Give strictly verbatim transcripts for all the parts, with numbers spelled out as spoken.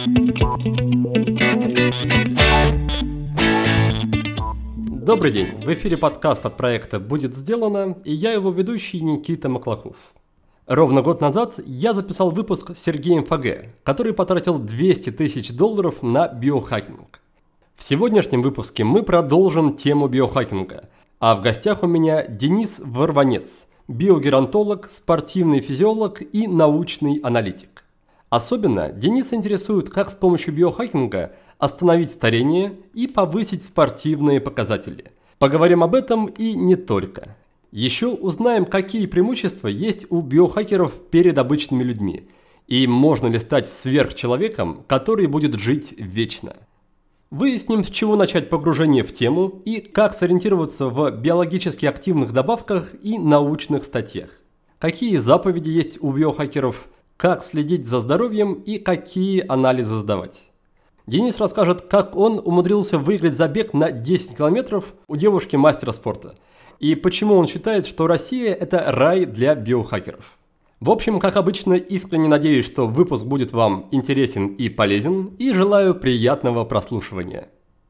Добрый день, в эфире подкаст от проекта «Будет сделано», и я его ведущий Никита Маклахов. Ровно год назад я записал выпуск с Сергеем Фаге, который потратил двести тысяч долларов на биохакинг. В сегодняшнем выпуске мы продолжим тему биохакинга, а в гостях у меня Денис Варванец, биогеронтолог, спортивный физиолог и научный аналитик. Особенно Дениса интересует, как с помощью биохакинга остановить старение и повысить спортивные показатели. Поговорим об этом и не только. Еще узнаем, какие преимущества есть у биохакеров перед обычными людьми, и можно ли стать сверхчеловеком, который будет жить вечно. Выясним, с чего начать погружение в тему и как сориентироваться в биологически активных добавках и научных статьях. Какие заповеди есть у биохакеров, как следить за здоровьем и какие анализы сдавать. Денис расскажет, как он умудрился выиграть забег на десять километров у девушки-мастера спорта. И почему он считает, что Россия – это рай для биохакеров. В общем, как обычно, искренне надеюсь, что выпуск будет вам интересен и полезен, и желаю приятного прослушивания.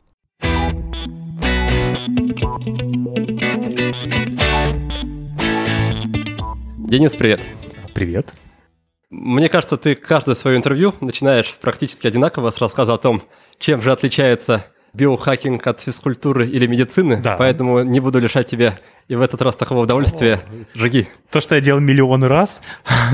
Денис, привет. Привет. Мне кажется, ты каждое свое интервью начинаешь практически одинаково с рассказа о том, чем же отличается биохакинг от физкультуры или медицины, да. Поэтому не буду лишать тебя и в этот раз такого удовольствия. Жги. То, что я делал миллион раз.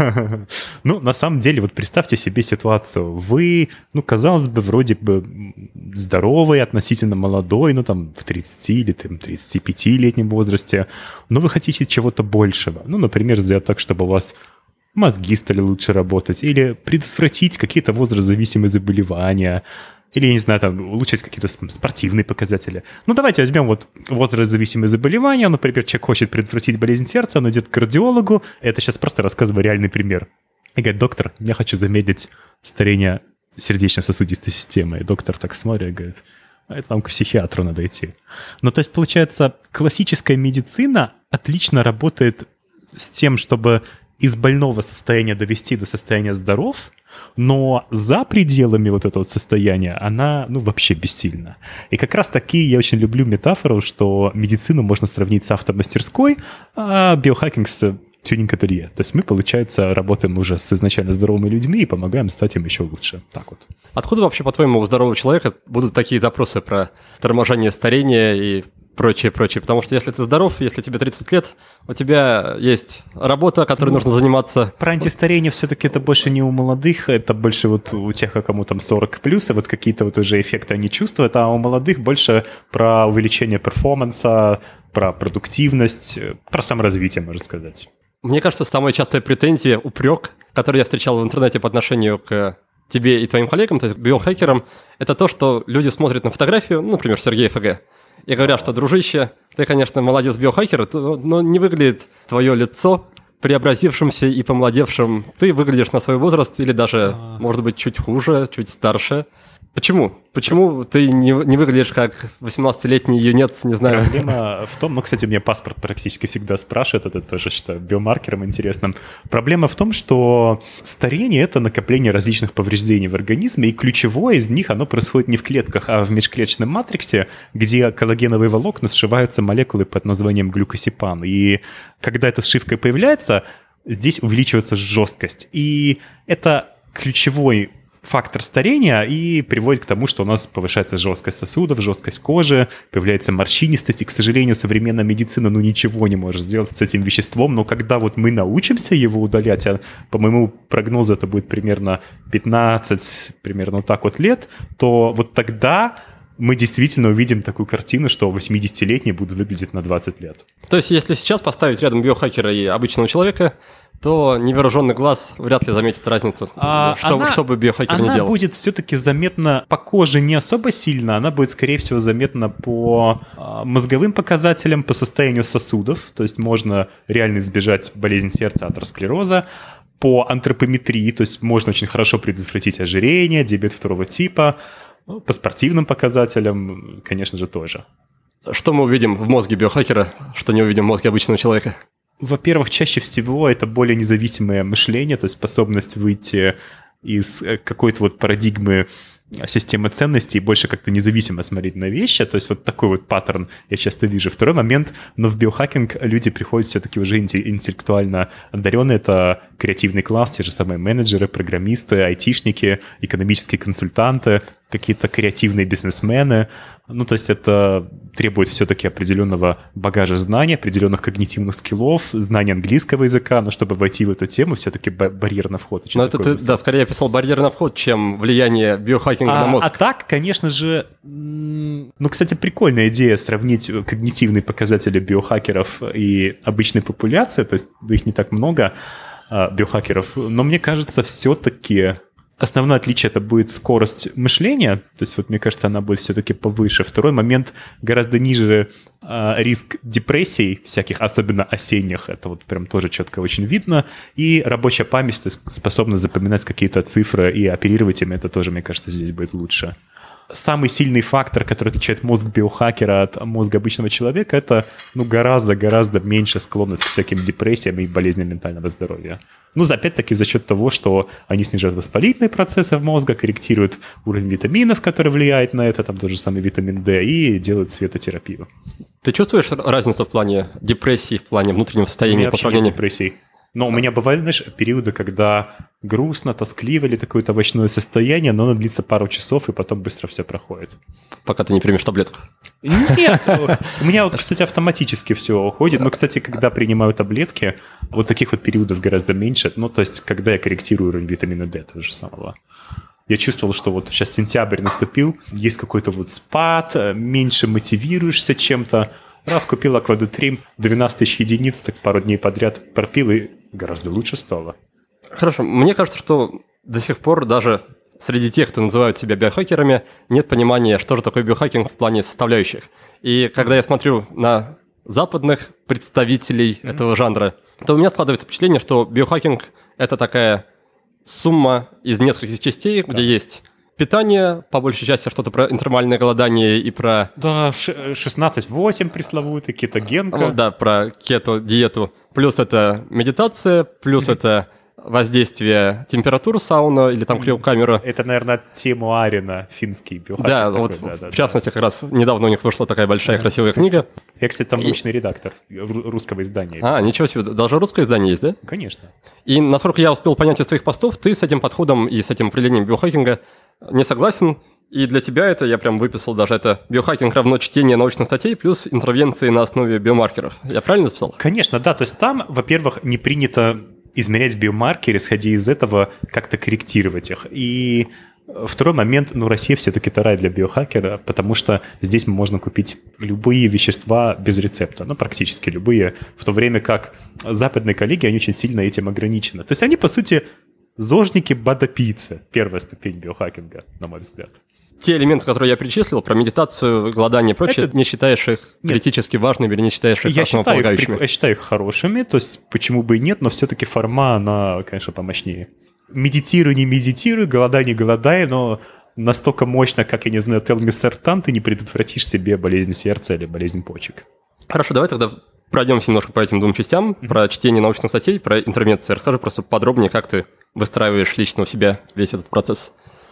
Ну, на самом деле, вот представьте себе ситуацию. Вы, ну, казалось бы, вроде бы здоровый, относительно молодой, ну, там, в тридцати или там, тридцатипятилетнем возрасте, но вы хотите чего-то большего. Ну, например, сделать так, чтобы у вас мозги стали лучше работать, или предотвратить какие-то возрастзависимые заболевания, или, я не знаю, там, улучшить какие-то спортивные показатели. Ну, давайте возьмем вот возрастзависимые заболевания. Например, человек хочет предотвратить болезнь сердца, он идет к кардиологу. Это сейчас просто рассказываю реальный пример. И говорит: доктор, я хочу замедлить старение сердечно-сосудистой системы. И доктор так смотрит и говорит: а это вам к психиатру надо идти. Ну, то есть, получается, классическая медицина отлично работает с тем, чтобы из больного состояния довести до состояния здоров, но за пределами вот этого состояния она, ну, вообще бессильна. И как раз таки я очень люблю метафору, что медицину можно сравнить с автомастерской, а биохакинг с тюнинг-ателье. То есть мы, получается, работаем уже с изначально здоровыми людьми и помогаем стать им еще лучше. Так вот. Откуда вообще, по-твоему, у здорового человека будут такие запросы про торможение старения и прочее, прочее? Потому что если ты здоров, если тебе тридцать лет, у тебя есть работа, которой ну, нужно заниматься. Про антистарение все-таки это больше не у молодых, это больше вот у тех, кому там сорок плюс, и вот какие-то вот уже эффекты они чувствуют, а у молодых больше про увеличение перформанса, про продуктивность, про саморазвитие, можно сказать. Мне кажется, самая частая претензия, упрек, который я встречал в интернете по отношению к тебе и твоим коллегам, то есть биохакерам, это то, что люди смотрят на фотографию, ну, например, Сергея Фаге, и говорят, что, дружище, ты, конечно, молодец биохакер, но не выглядит твое лицо преобразившимся и помолодевшим. Ты выглядишь на свой возраст или даже, может быть, чуть хуже, чуть старше. Почему? Почему ты не, не выглядишь как восемнадцатилетний юнец, не знаю? Проблема в том, ну, кстати, у меня паспорт практически всегда спрашивает, это тоже считаю биомаркером интересным. Проблема в том, что старение – это накопление различных повреждений в организме, и ключевое из них, оно происходит не в клетках, а в межклеточном матриксе, где коллагеновые волокна сшиваются молекулы под названием глюкосипан. И когда эта сшивка появляется, здесь увеличивается жесткость. И это ключевой фактор старения и приводит к тому, что у нас повышается жесткость сосудов, жесткость кожи, появляется морщинистость, и, к сожалению, современная медицина, ну, ничего не может сделать с этим веществом, но когда вот мы научимся его удалять, а по моему прогнозу это будет примерно пятнадцать, примерно так вот лет, то вот тогда мы действительно увидим такую картину, что восьмидесятилетние будут выглядеть на двадцать лет. То есть, если сейчас поставить рядом биохакера и обычного человека, то невооруженный глаз вряд ли заметит разницу, а что, она, что бы биохакер ни делал. Она будет все-таки заметна по коже не особо сильно, она будет, скорее всего, заметна по мозговым показателям, по состоянию сосудов, то есть можно реально избежать болезни сердца, атеросклероза, по антропометрии, то есть можно очень хорошо предотвратить ожирение, диабет второго типа, по спортивным показателям, конечно же, тоже. Что мы увидим в мозге биохакера, что не увидим в мозге обычного человека? Во-первых, чаще всего это более независимое мышление, то есть способность выйти из какой-то вот парадигмы системы ценностей и больше как-то независимо смотреть на вещи. То есть вот такой вот паттерн я часто вижу. Второй момент, но в биохакинг люди приходят все-таки уже интеллектуально одаренные. Это креативный класс, те же самые менеджеры, программисты, айтишники, экономические консультанты, какие-то креативные бизнесмены. Ну, то есть это требует все-таки определенного багажа знаний, определенных когнитивных скиллов, знания английского языка, но чтобы войти в эту тему, все-таки барьер на вход. Но это ты, да, скорее описал барьер на вход, чем влияние биохакинга а, на мозг. А так, конечно же, ну, кстати, прикольная идея сравнить когнитивные показатели биохакеров и обычной популяции, то есть их не так много, биохакеров, но мне кажется, все-таки основное отличие это будет скорость мышления, то есть вот мне кажется, она будет все-таки повыше. Второй момент гораздо ниже э, риск депрессий всяких, особенно осенних, это вот прям тоже четко очень видно, и рабочая память, то есть способность запоминать какие-то цифры и оперировать ими, это тоже, мне кажется, здесь будет лучше. Самый сильный фактор, который отличает мозг биохакера от мозга обычного человека, это ну, гораздо-гораздо меньше склонность к всяким депрессиям и болезням ментального здоровья. Ну, опять-таки, за счет того, что они снижают воспалительные процессы в мозге, корректируют уровень витаминов, который влияет на это, там тот же самый витамин D, и делают светотерапию. Ты чувствуешь разницу в плане депрессии, в плане внутреннего состояния поправления? Депрессии. Но у меня бывают, знаешь, периоды, когда грустно, тоскливо или такое-то овощное состояние, но оно длится пару часов, и потом быстро все проходит. Пока ты не примешь таблетку. Нет, у меня вот, кстати, автоматически все уходит. Но, кстати, когда принимаю таблетки, вот таких вот периодов гораздо меньше. Ну, то есть, когда я корректирую уровень витамина D, того же самого. Я чувствовал, что вот сейчас сентябрь наступил, есть какой-то вот спад, меньше мотивируешься чем-то. Раз купил Аквадутрим, двенадцать тысяч единиц, так пару дней подряд пропил, и гораздо лучше стало. Хорошо, мне кажется, что до сих пор даже среди тех, кто называют себя биохакерами, нет понимания, что же такое биохакинг в плане составляющих. И когда я смотрю на западных представителей mm-hmm. этого жанра, то у меня складывается впечатление, что биохакинг – это такая сумма из нескольких частей, да. где есть питание, по большей части что-то про интервальное голодание и про... Да, шестнадцать восемь пресловутый, кетогенка. Ну, да, про кето-диету. Плюс это медитация, плюс mm-hmm. это воздействие температур сауна или там криокамера. Это, наверное, тему Арина, финский биохакер. Да, такой, вот да, да, в частности, да. как раз недавно у них вышла такая большая да. красивая книга. Я, кстати, там научный и... редактор русского издания. А, ничего себе, даже русское издание есть, да? Конечно. И насколько я успел понять из твоих постов, ты с этим подходом и с этим определением биохакинга не согласен, и для тебя это, я прям выписал даже это, биохакинг равно чтение научных статей плюс интервенции на основе биомаркеров. Я правильно записал? Конечно, да, то есть там, во-первых, не принято измерять биомаркеры, исходя из этого, как-то корректировать их. И второй момент, ну, Россия все-таки рай для биохакера, потому что здесь можно купить любые вещества без рецепта, ну, практически любые, в то время как западные коллеги, они очень сильно этим ограничены. То есть они, по сути, зожники бадапийцы, первая ступень биохакинга, на мой взгляд. Те элементы, которые я перечислил, про медитацию, голодание и прочее, это... не считаешь их нет. критически важными или не считаешь их я основополагающими? Считаю, я считаю их хорошими, то есть почему бы и нет, но все-таки форма, она, конечно, помощнее. Медитируй, не медитируй, голодай, не голодай, но настолько мощно, как, я не знаю, телмисертан, ты не предотвратишь себе болезнь сердца или болезнь почек. Хорошо, давай тогда пройдемся немножко по этим двум частям, mm-hmm. про чтение научных статей, про интервенции. Расскажи просто подробнее, как ты выстраиваешь лично у себя весь этот процесс.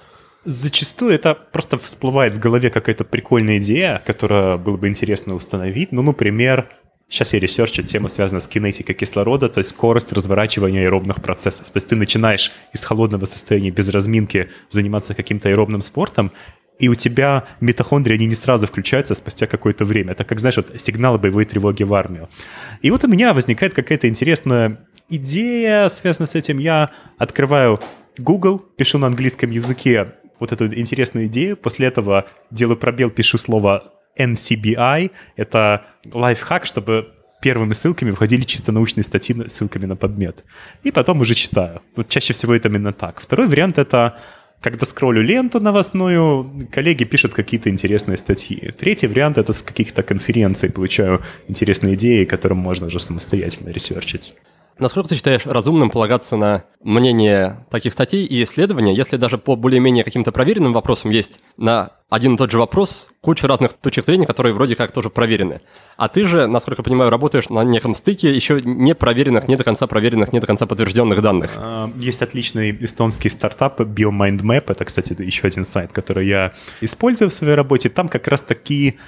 Зачастую это просто всплывает в голове какая-то прикольная идея, которую было бы интересно установить. Ну, например, сейчас я ресерчу тему, связанную с кинетикой кислорода, то есть скорость разворачивания аэробных процессов. То есть ты начинаешь из холодного состояния без разминки заниматься каким-то аэробным спортом, и у тебя митохондрии, они не сразу включаются спустя какое-то время. Это как, знаешь, вот сигналы боевой тревоги в армию. И вот у меня возникает какая-то интересная идея, связанная с этим. Я открываю Google, пишу на английском языке вот эту интересную идею. После этого делаю пробел, пишу слово эн си би ай. Это лайфхак, чтобы первыми ссылками выходили чисто научные статьи с ссылками на предмет. И потом уже читаю. Вот чаще всего это именно так. Второй вариант — это когда скроллю ленту новостную, коллеги пишут какие-то интересные статьи. Третий вариант — это с каких-то конференций получаю интересные идеи, которым можно уже самостоятельно ресерчить. Насколько ты считаешь разумным полагаться на мнение таких статей и исследований, если даже по более-менее каким-то проверенным вопросам есть на один и тот же вопрос куча разных точек зрения, которые вроде как тоже проверены? А ты же, насколько я понимаю, работаешь на неком стыке еще не проверенных, не до конца проверенных, не до конца подтвержденных данных. Есть отличный эстонский стартап BioMindMap, это, кстати, еще один сайт, который я использую в своей работе. Там как раз такие...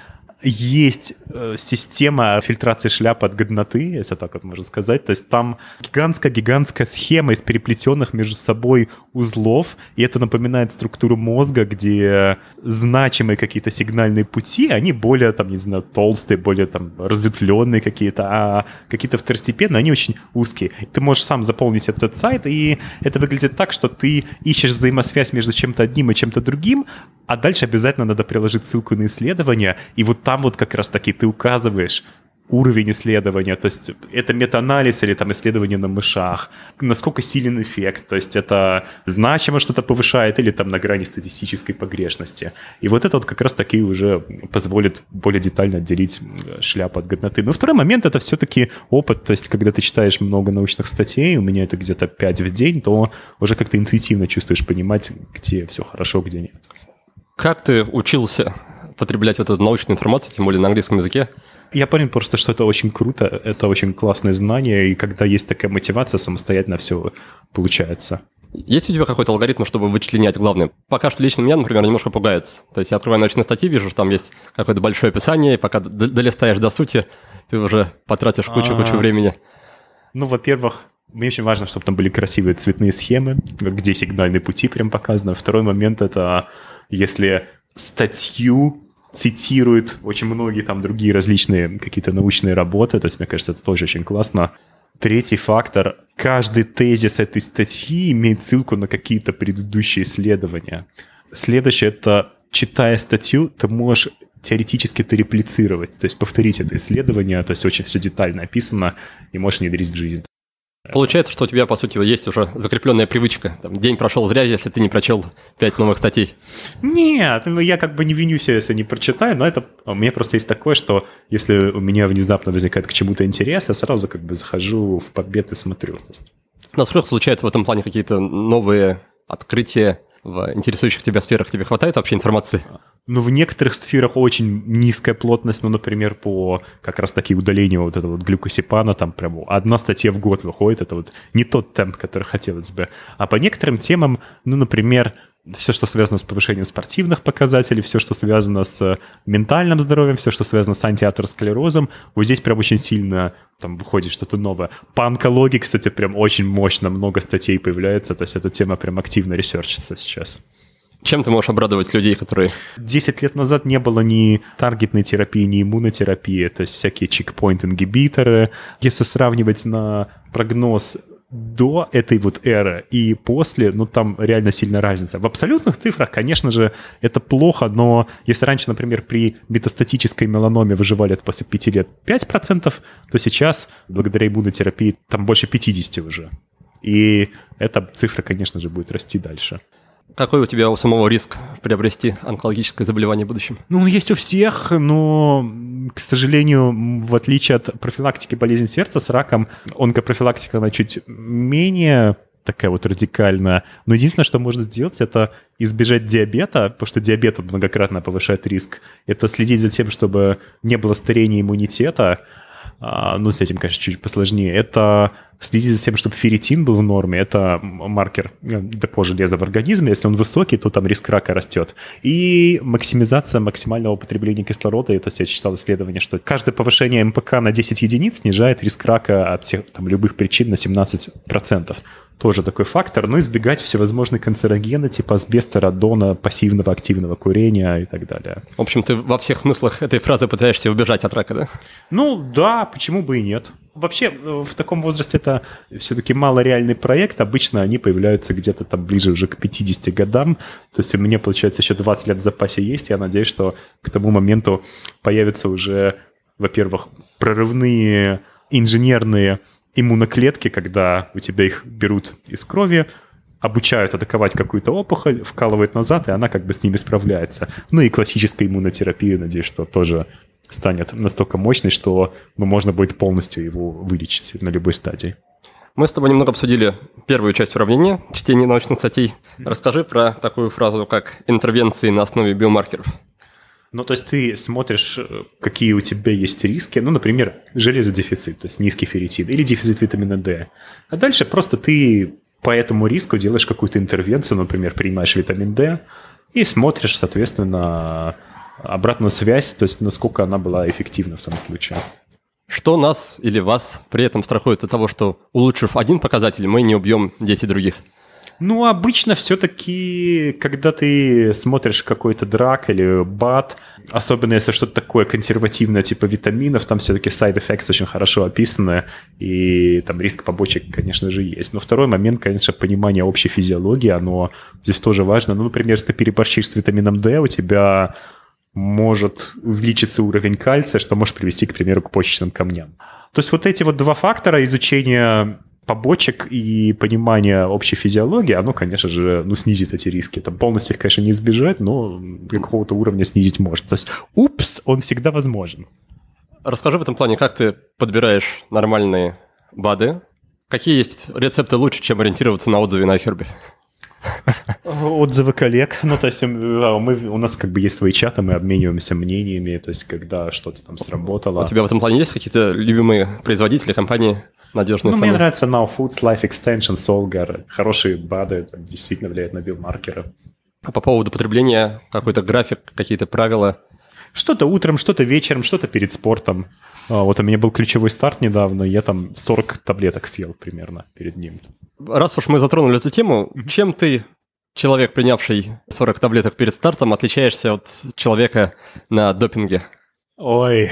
Есть э, система фильтрации шляп от годноты, если так вот можно сказать. То есть там гигантская-гигантская схема из переплетенных между собой узлов, и это напоминает структуру мозга, где значимые какие-то сигнальные пути, они более, там, не знаю, толстые, более там разветвленные какие-то, а какие-то второстепенные, они очень узкие. Ты можешь сам заполнить этот сайт, и это выглядит так, что ты ищешь взаимосвязь между чем-то одним и чем-то другим, а дальше обязательно надо приложить ссылку на исследование, и вот там вот как раз-таки ты указываешь уровень исследования, то есть это метаанализ или там исследование на мышах, насколько силен эффект, то есть это значимо что-то повышает или там на грани статистической погрешности. И вот это вот как раз-таки уже позволит более детально отделить шляпу от годноты. Но второй момент — это все-таки опыт, то есть когда ты читаешь много научных статей, у меня это где-то пять в день, то уже как-то интуитивно чувствуешь, понимать, где все хорошо, где нет. Как ты учился потреблять вот эту научную информацию, тем более на английском языке? Я понял просто, что это очень круто, это очень классное знание, и когда есть такая мотивация, самостоятельно все получается. Есть у тебя какой-то алгоритм, чтобы вычленять главное? Пока что лично меня, например, немножко пугает. То есть я открываю научные статьи, вижу, что там есть какое-то большое описание, и пока долистаешь до сути, ты уже потратишь кучу-кучу времени. Ну, во-первых, мне очень важно, чтобы там были красивые цветные схемы, где сигнальные пути прям показаны. Второй момент — это если статью цитируют очень многие там другие различные какие-то научные работы, то есть, мне кажется, это тоже очень классно. Третий фактор — каждый тезис этой статьи имеет ссылку на какие-то предыдущие исследования. Следующее — это, читая статью, ты можешь теоретически это реплицировать, то есть повторить это исследование, то есть очень все детально описано, и можешь внедрить в жизнь. Получается, что у тебя, по сути, есть уже закрепленная привычка. Там, день прошел зря, если ты не прочел пять новых статей. Нет, ну я как бы не виню себя, если не прочитаю, но это у меня просто есть такое, что если у меня внезапно возникает к чему-то интерес, я сразу как бы захожу в подбет и смотрю. Насколько случаются в этом плане какие-то новые открытия в интересующих тебя сферах? Тебе хватает вообще информации? Ну, в некоторых сферах очень низкая плотность, ну, например, по как раз-таки удалению вот этого вот глюкосипана, там прям одна статья в год выходит, это вот не тот темп, который хотелось бы. А по некоторым темам, ну, например, все, что связано с повышением спортивных показателей, все, что связано с ментальным здоровьем, все, что связано с антиатеросклерозом, вот здесь прям очень сильно там выходит что-то новое. По онкологии, кстати, прям очень мощно много статей появляется, то есть эта тема прям активно ресерчится сейчас. Чем ты можешь обрадовать людей, которые... Десять лет назад не было ни таргетной терапии, ни иммунотерапии, то есть всякие чекпоинт-ингибиторы. Если сравнивать на прогноз до этой вот эры и после, ну там реально сильная разница. В абсолютных цифрах, конечно же, это плохо, но если раньше, например, при метастатической меланоме выживали после пяти лет пять процентов, то сейчас, благодаря иммунотерапии, там больше пятьдесят уже. И эта цифра, конечно же, будет расти дальше. Какой у тебя у самого риск приобрести онкологическое заболевание в будущем? Ну, он есть у всех, но, к сожалению, в отличие от профилактики болезни сердца с раком, онкопрофилактика, она чуть менее такая вот радикальная. Но единственное, что можно сделать, это избежать диабета, потому что диабет многократно повышает риск. Это следить за тем, чтобы не было старения иммунитета. Ну, с этим, конечно, чуть посложнее. Это следить за тем, чтобы ферритин был в норме. Это маркер депо железа в организме. Если он высокий, то там риск рака растет. И максимизация максимального потребления кислорода. То есть я читал исследование, что каждое повышение эм пэ ка на десять единиц снижает риск рака от всех там любых причин на семнадцать процентов. Тоже такой фактор. Но избегать всевозможные канцерогены типа асбеста, радона, пассивного, активного курения и так далее. В общем, ты во всех смыслах этой фразы пытаешься убежать от рака, да? Ну да, почему бы и нет. Вообще, в таком возрасте это все-таки малореальный проект. Обычно они появляются где-то там ближе уже к пятидесяти годам. То есть у меня, получается, еще двадцать лет в запасе есть. Я надеюсь, что к тому моменту появятся уже, во-первых, прорывные инженерные иммуноклетки, когда у тебя их берут из крови, обучают атаковать какую-то опухоль, вкалывают назад, и она как бы с ними справляется. Ну и классическая иммунотерапия, надеюсь, что тоже станет настолько мощной, что можно будет полностью его вылечить на любой стадии. Мы с тобой немного обсудили первую часть уравнения, чтение научных статей. Расскажи про такую фразу, как интервенции на основе биомаркеров. Ну, то есть ты смотришь, какие у тебя есть риски. Ну, например, железодефицит, то есть низкий ферритин, или дефицит витамина D. А дальше просто ты по этому риску делаешь какую-то интервенцию, например, принимаешь витамин D и смотришь, соответственно, обратную связь, то есть насколько она была эффективна в том случае. Что нас или вас при этом страхует от того, что, улучшив один показатель, мы не убьем десять других? Ну, обычно все-таки, когда ты смотришь какой-то драг или бат, особенно если что-то такое консервативное, типа витаминов, там все-таки side effects очень хорошо описаны, и там риск побочек, конечно же, есть. Но второй момент, конечно, понимание общей физиологии, оно здесь тоже важно. Ну, например, если ты переборщишь с витамином D, у тебя может увеличиться уровень кальция, что может привести, к примеру, к почечным камням. То есть вот эти вот два фактора изучения побочек и понимание общей физиологии, оно, конечно же, ну, снизит эти риски. Там полностью их, конечно, не избежать, но какого-то уровня снизить может. То есть упс, он всегда возможен. Расскажи в этом плане, как ты подбираешь нормальные БАДы? Какие есть рецепты лучше, чем ориентироваться на отзывы на iHerb? Отзывы коллег. Ну, то есть мы, у нас как бы есть свои чаты, мы обмениваемся мнениями, то есть когда что-то там сработало. У тебя в этом плане есть какие-то любимые производители, компании? Надежные ну, самые. Мне нравится Now Foods, Life Extension, Solgar. Хорошие БАДы, действительно влияют на биомаркеры. А по поводу потребления, какой-то график, какие-то правила? Что-то утром, что-то вечером, что-то перед спортом. Вот у меня был ключевой старт недавно, я там сорок таблеток съел примерно перед ним. Раз уж мы затронули эту тему, чем ты, человек, принявший сорок таблеток перед стартом, отличаешься от человека на допинге? Ой,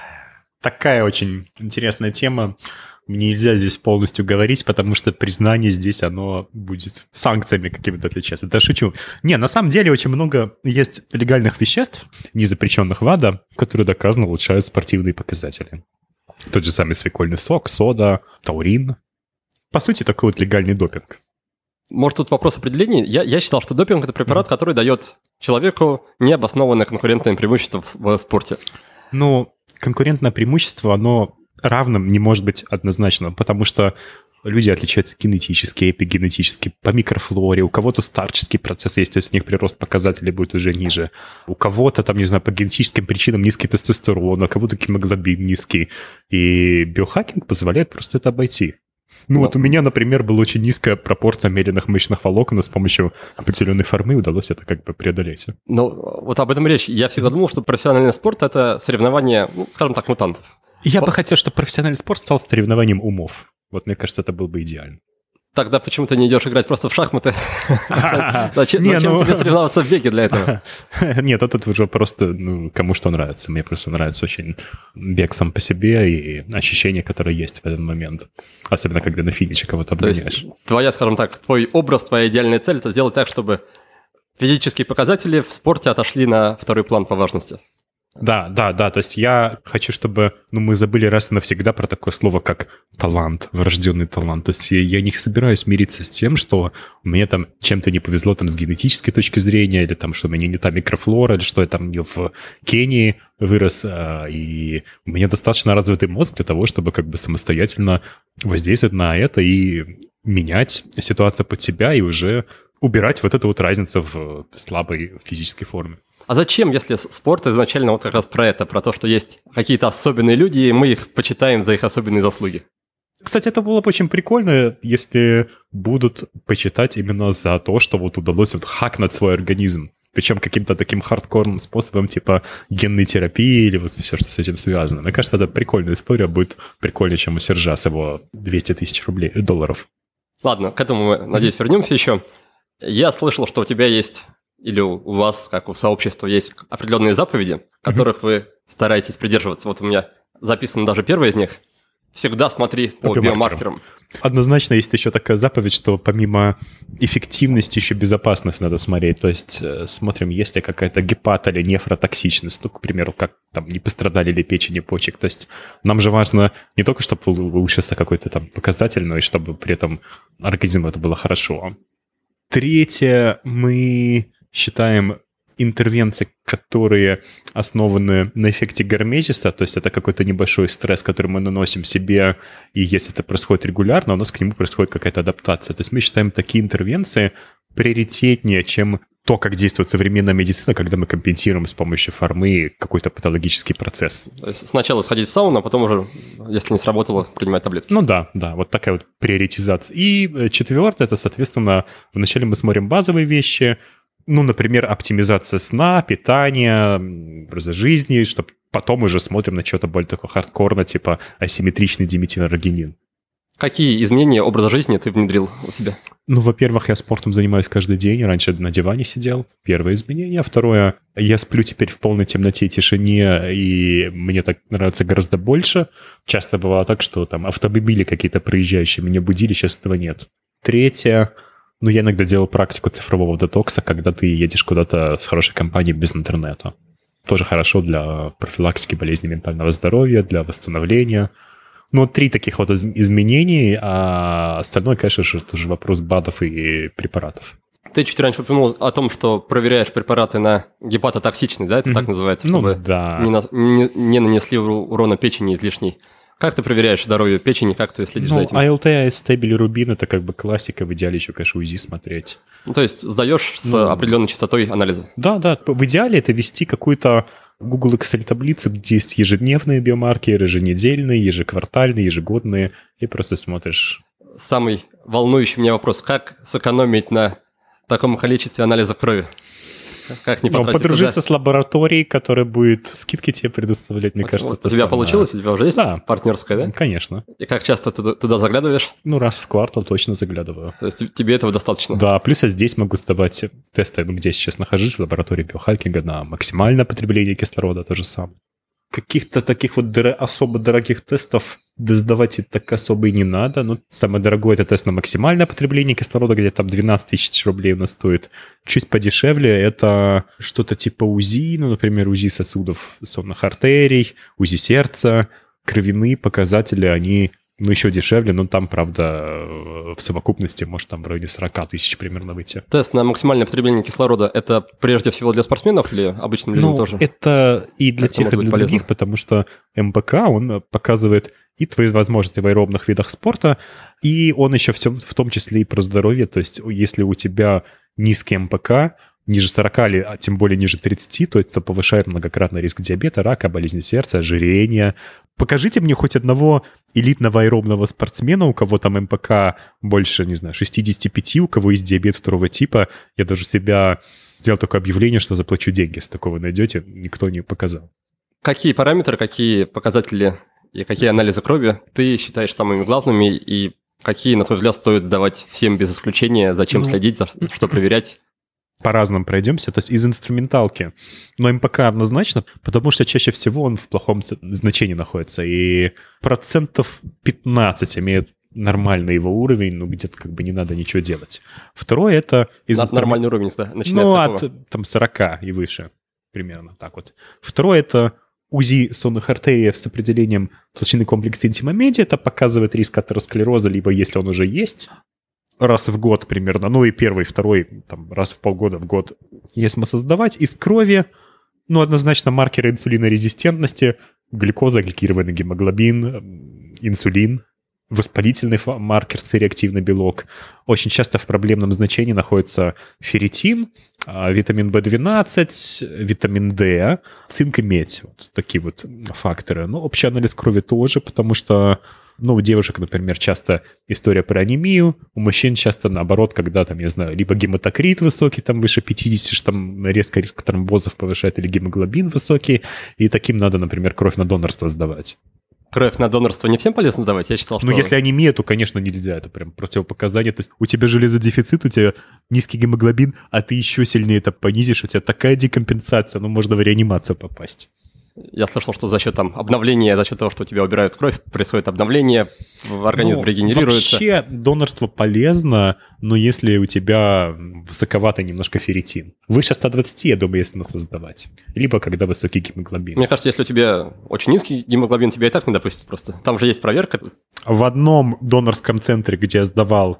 такая очень интересная тема. Мне нельзя здесь полностью говорить, потому что признание здесь, оно будет санкциями какими-то отличаться. Да шучу. Не, на самом деле очень много есть легальных веществ, не запрещенных ВАДА, которые доказано улучшают спортивные показатели. Тот же самый свекольный сок, сода, таурин. По сути, такой вот легальный допинг. Может, тут вопрос определения? Я, я считал, что допинг – это препарат, mm. который дает человеку необоснованное конкурентное преимущество в, в спорте. Ну, конкурентное преимущество, оно равным не может быть однозначно, потому что люди отличаются генетически, эпигенетически, по микрофлоре, у кого-то старческий процесс есть, то есть у них прирост показателей будет уже ниже, у кого-то там, не знаю, по генетическим причинам низкий тестостерон, у кого-то гемоглобин низкий, и биохакинг позволяет просто это обойти. Ну, Но... вот у меня, например, была очень низкая пропорция медленных мышечных волокон, и с помощью определенной формы удалось это как бы преодолеть. Ну, вот об этом речь. Я всегда думал, что профессиональный спорт – это соревнование, ну, скажем так, мутантов. Я бы хотел, чтобы профессиональный спорт стал соревнованием умов. Вот мне кажется, это было бы идеально. Тогда почему ты не идешь играть просто в шахматы? Зачем тебе соревноваться в беге для этого? Нет, это уже просто кому что нравится. Мне просто нравится очень бег сам по себе и ощущение, которое есть в этот момент. Особенно, когда на финише кого-то обгоняешь. То есть твоя, скажем так, твой образ, твоя идеальная цель – это сделать так, чтобы физические показатели в спорте отошли на второй план по важности. Да, да, да, то есть я хочу, чтобы ну, мы забыли раз и навсегда про такое слово, как талант, врожденный талант. То есть я, я не собираюсь мириться с тем, что мне там чем-то не повезло там с генетической точки зрения, или там, что у меня не та микрофлора, или что я там не в Кении вырос, а, и у меня достаточно развитый мозг для того, чтобы как бы самостоятельно воздействовать на это и менять ситуацию под себя, и уже убирать вот эту вот разницу в слабой физической форме. А зачем, если спорт изначально вот как раз про это, про то, что есть какие-то особенные люди, и мы их почитаем за их особенные заслуги? Кстати, это было бы очень прикольно, если будут почитать именно за то, что вот удалось вот хакнуть свой организм. Причем каким-то таким хардкорным способом, типа генной терапии или вот все, что с этим связано. Мне кажется, это прикольная история, будет прикольнее, чем у Сержа с его двести тысяч рублей, долларов. Ладно, к этому мы, надеюсь, вернемся еще. Я слышал, что у тебя есть... или у вас, как у сообщества, есть определенные заповеди, которых mm-hmm. вы стараетесь придерживаться. Вот у меня записана даже первая из них. Всегда смотри по, по биомаркерам. Однозначно есть еще такая заповедь, что помимо эффективности еще безопасность надо смотреть. То есть смотрим, есть ли какая-то гепат или нефротоксичность. Ну, к примеру, как там не пострадали ли печень и почек. То есть нам же важно не только, чтобы улучшился какой-то там показатель, но и чтобы при этом организму это было хорошо. Третье, мы считаем интервенции которые основаны на эффекте Гармезиса, то есть это какой-то небольшой стресс, который мы наносим себе, и если это происходит регулярно, у нас к нему происходит какая-то адаптация. То есть мы считаем такие интервенции приоритетнее, чем то, как действует современная медицина, когда мы компенсируем с помощью фармы какой-то патологический процесс. То есть сначала сходить в сауну, а потом уже, если не сработало, принимать таблетки. Ну да, да, вот такая вот приоритизация. И четвертое, это, соответственно, вначале мы смотрим базовые вещи, ну, например, оптимизация сна, питания, образа жизни, чтобы потом уже смотрим на что-то более такое хардкорно, типа асимметричный диметиларгинин. Какие изменения образа жизни ты внедрил у себя? Ну, во-первых, я спортом занимаюсь каждый день. Раньше на диване сидел. Первое изменение. Второе, я сплю теперь в полной темноте и тишине, и мне так нравится гораздо больше. Часто бывало так, что там автомобили какие-то проезжающие меня будили, сейчас этого нет. Третье, ну, я иногда делал практику цифрового детокса, когда ты едешь куда-то с хорошей компанией без интернета. Тоже хорошо для профилактики болезней ментального здоровья, для восстановления. Ну, вот три таких вот изменений, а остальное, конечно же, это уже вопрос БАДов и препаратов. Ты чуть раньше упомянул о том, что проверяешь препараты на гепатотоксичность, да, это mm-hmm. так называется, чтобы ну, да. не, на, не, не нанесли урона печени излишней. Как ты проверяешь здоровье печени, как ты следишь ну, за этим? АЛТ, АСТ, билирубин – это как бы классика, в идеале еще, конечно, УЗИ смотреть. Ну, то есть сдаешь с ну, определенной частотой анализа? Да, да, в идеале это вести какую-то Google Excel-таблицу, где есть ежедневные биомаркеры, еженедельные, ежеквартальные, ежегодные, и просто смотришь. Самый волнующий меня вопрос – как сэкономить на таком количестве анализов крови? Как не потратить? Подружиться туда? с лабораторией, которая будет скидки тебе предоставлять, мне вот, кажется. Вот у тебя самое... получилось? У тебя уже есть да. партнерская, да? Конечно. И как часто ты туда заглядываешь? Ну, раз в квартал точно заглядываю. То есть тебе этого достаточно? Да, плюс я здесь могу сдавать тесты, где я сейчас нахожусь, в лаборатории биохакинга, на максимальное потребление кислорода, то же самое. Каких-то таких вот дор- особо дорогих тестов сдавать и так особо и не надо. Ну, самое дорогое – это тест на максимальное потребление кислорода, где там двенадцать тысяч рублей у нас стоит. Чуть подешевле – это что-то типа УЗИ, ну, например, УЗИ сосудов сонных артерий, УЗИ сердца, кровяные показатели, они, ну, еще дешевле, но там, правда, в совокупности может там в районе сорок тысяч примерно выйти. Тест на максимальное потребление кислорода – это прежде всего для спортсменов или обычным людям ну, тоже? Это и для это тех, и для полезно. других, потому что МПК, он показывает и твои возможности в аэробных видах спорта, и он еще в, в том числе и про здоровье. То есть если у тебя низкий МПК, ниже сорока, а тем более ниже тридцати, то это повышает многократно риск диабета, рака, болезни сердца, ожирения. Покажите мне хоть одного элитного аэробного спортсмена, у кого там МПК больше, не знаю, шестьдесят пять, у кого есть диабет второго типа. Я даже себя сделал такое объявление, что заплачу деньги, если такого найдете, никто не показал. Какие параметры, какие показатели и какие анализы крови ты считаешь самыми главными, и какие, на твой взгляд, стоит сдавать всем без исключения, зачем ну, следить, что проверять? По-разному пройдемся, то есть из инструменталки. Но МПК однозначно, потому что чаще всего он в плохом значении находится, и процентов пятнадцать имеют нормальный его уровень, ну где-то как бы не надо ничего делать. Второе это... Из инструмент... Нормальный уровень, да, начиная ну, с какого? от там сорока и выше, примерно так вот. Второе это УЗИ сонных артерий с определением толщины комплекса интимомедии, это показывает риск атеросклероза, либо если он уже есть, раз в год примерно, ну и первый, второй, там, раз в полгода в год есть смысл сдавать. Из крови, ну, однозначно маркеры инсулинорезистентности, глюкоза, гликированный гемоглобин, инсулин, воспалительный маркер, ци-реактивный белок. Очень часто в проблемном значении находится ферритин, витамин бэ двенадцать, витамин D, цинк и медь. Вот такие вот факторы. Но общий анализ крови тоже, потому что, ну, у девушек, например, часто история про анемию, у мужчин часто наоборот, когда там, я знаю, либо гематокрит высокий, там выше пятидесяти, что там резко риск тромбозов повышает, или гемоглобин высокий, и таким надо, например, кровь на донорство сдавать. Кровь на донорство не всем полезно давать? Я считал, что... Ну, если анемия, то, конечно, нельзя. Это прям противопоказание. То есть у тебя железодефицит, у тебя низкий гемоглобин, а ты еще сильнее это понизишь, у тебя такая декомпенсация, ну, можно в реанимацию попасть. Я слышал, что за счет там обновления, за счет того, что у тебя убирают кровь, происходит обновление, организм ну, регенерируется. Вообще донорство полезно, но если у тебя высоковатый немножко ферритин. Выше ста двадцати, я думаю, если надо сдавать. Либо когда высокий гемоглобин. Мне кажется, если у тебя очень низкий гемоглобин, тебя и так не допустят просто. Там же есть проверка. В одном донорском центре, где я сдавал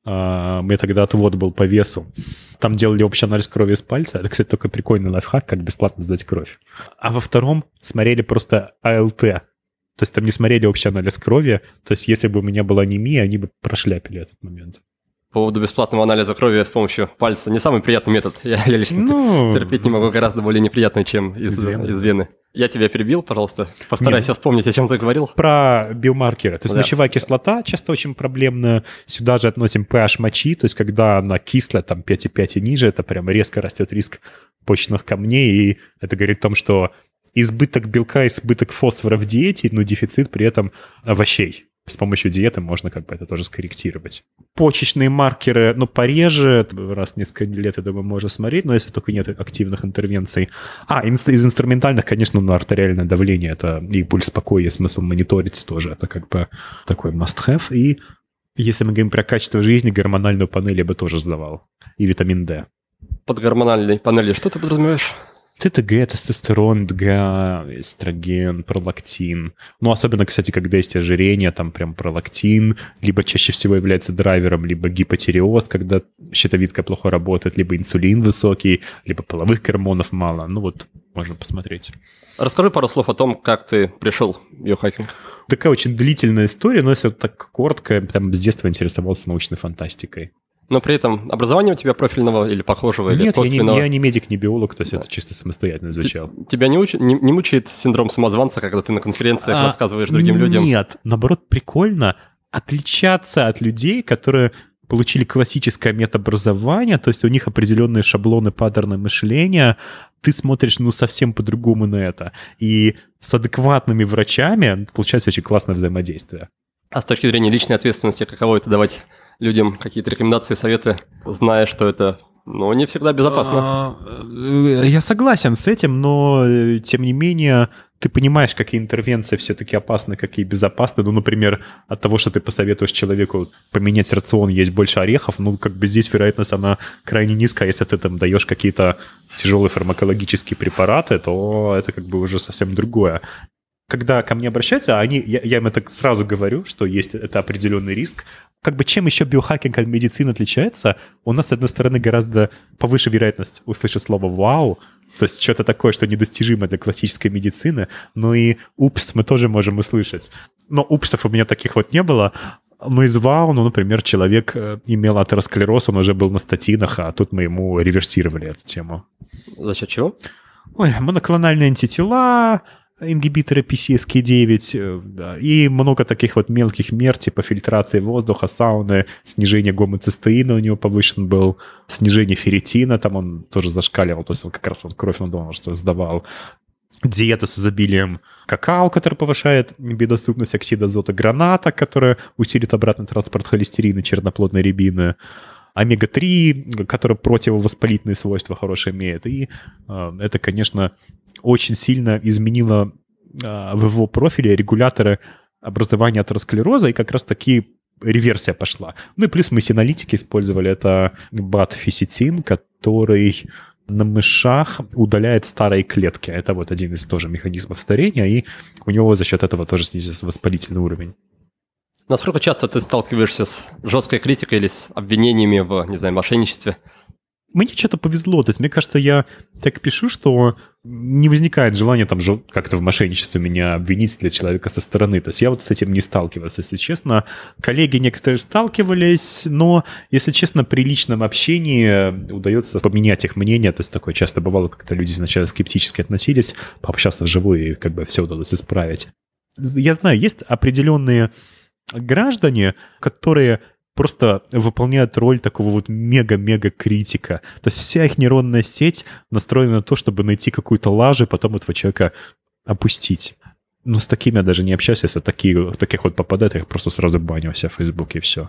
А, у меня тогда отвод был по весу. Там делали общий анализ крови из пальца. Это, кстати, только прикольный лайфхак, как бесплатно сдать кровь. А во втором смотрели просто АЛТ. То есть там не смотрели общий анализ крови. То есть если бы у меня была анемия, они бы прошляпили этот момент. По поводу бесплатного анализа крови с помощью пальца не самый приятный метод. Я, я лично ну, терпеть не могу, гораздо более неприятный, чем из, из, вены. из вены. Я тебя перебил, пожалуйста. Постарайся Нет. вспомнить, о чем ты говорил. Про биомаркеры. То есть да. мочевая кислота часто очень проблемная. Сюда же относим pH мочи. То есть когда она кислая, там пять и пять и ниже, это прям резко растет риск почечных камней. И это говорит о том, что избыток белка, избыток фосфора в диете, но дефицит при этом овощей. С помощью диеты можно как бы это тоже скорректировать. Почечные маркеры, ну, пореже, раз в несколько лет, я думаю, можно смотреть, но если только нет активных интервенций. А, из, из инструментальных, конечно, ну, артериальное давление, это и пульс покоя, есть смысл мониторить тоже, это как бы такой must-have. И если мы говорим про качество жизни, гормональную панель я бы тоже сдавал. И витамин D. Под гормональной панелью что ты подразумеваешь? ТТГ, тестостерон, ДГА, эстроген, пролактин. Ну, особенно, кстати, когда есть ожирение, там прям пролактин, либо чаще всего является драйвером, либо гипотиреоз, когда щитовидка плохо работает, либо инсулин высокий, либо половых гормонов мало. Ну вот, можно посмотреть. Расскажи пару слов о том, как ты пришел в биохакинг. Такая очень длительная история, но если вот так коротко, там с детства интересовался научной фантастикой. Но при этом образование у тебя профильного или похожего, Нет, или косвенного? Нет, я, я не медик, не биолог, то есть да. это чисто самостоятельно изучал. Т- тебя не, уч- не, не мучает синдром самозванца, когда ты на конференциях а, рассказываешь другим нет. людям? Нет, наоборот, прикольно отличаться от людей, которые получили классическое медобразование, то есть у них определенные шаблоны, паттерны мышления, ты смотришь, ну, совсем по-другому на это. И с адекватными врачами получается очень классное взаимодействие. А с точки зрения личной ответственности, каково это давать людям какие-то рекомендации, советы, зная, что это, ну, не всегда безопасно? Я согласен с этим, но, тем не менее, ты понимаешь, какие интервенции все-таки опасны, какие безопасны. Ну, например, от того, что ты посоветуешь человеку поменять рацион, есть больше орехов, ну, как бы здесь вероятность, она крайне низкая. Если ты там даешь какие-то тяжелые фармакологические препараты, то это как бы уже совсем другое. Когда ко мне обращаются, они, я, я им это сразу говорю, что есть это определенный риск. Как бы чем еще биохакинг от медицины отличается? У нас, с одной стороны, гораздо повыше вероятность услышать слово «вау», то есть что-то такое, что недостижимо для классической медицины, но и «упс» мы тоже можем услышать. Но «упсов» у меня таких вот не было. Но из «вау», ну, например, человек имел атеросклероз, он уже был на статинах, а тут мы ему реверсировали эту тему. За счет чего? Ой, моноклональные антитела, ингибиторы пи си эс кей девять, да, и много таких вот мелких мер, типа фильтрации воздуха, сауны, снижение гомоцистеина у него повышен был, снижение ферритина, там он тоже зашкаливал, то есть он как раз вот кровь он думал, что сдавал. Диета с изобилием какао, который повышает биодоступность оксида азота, граната, которая усилит обратный транспорт холестерина, черноплодной рябины, омега три, который противовоспалительные свойства хорошие имеет. И э, это, конечно, очень сильно изменило э, в его профиле регуляторы образования атеросклероза, и как раз таки реверсия пошла. Ну и плюс мы синолитики использовали. Это батфиситин, который на мышах удаляет старые клетки. Это вот один из тоже механизмов старения, и у него за счет этого тоже снизился воспалительный уровень. Насколько часто ты сталкиваешься с жесткой критикой или с обвинениями в, не знаю, мошенничестве? Мне что-то повезло. То есть, мне кажется, я так пишу, что не возникает желания там как-то в мошенничестве меня обвинить для человека со стороны. То есть я вот с этим не сталкивался, если честно. Коллеги некоторые сталкивались, но, если честно, при личном общении удается поменять их мнение. То есть такое часто бывало, как-то люди сначала скептически относились, пообщался вживую, и как бы все удалось исправить. Я знаю, есть определенные граждане, которые просто выполняют роль такого вот мега-мега-критика. То есть вся их нейронная сеть настроена на то, чтобы найти какую-то лажу и потом этого человека опустить. Но с такими я даже не общаюсь, если такие, таких вот попадают, я их просто сразу баню у себя в Фейсбуке и все.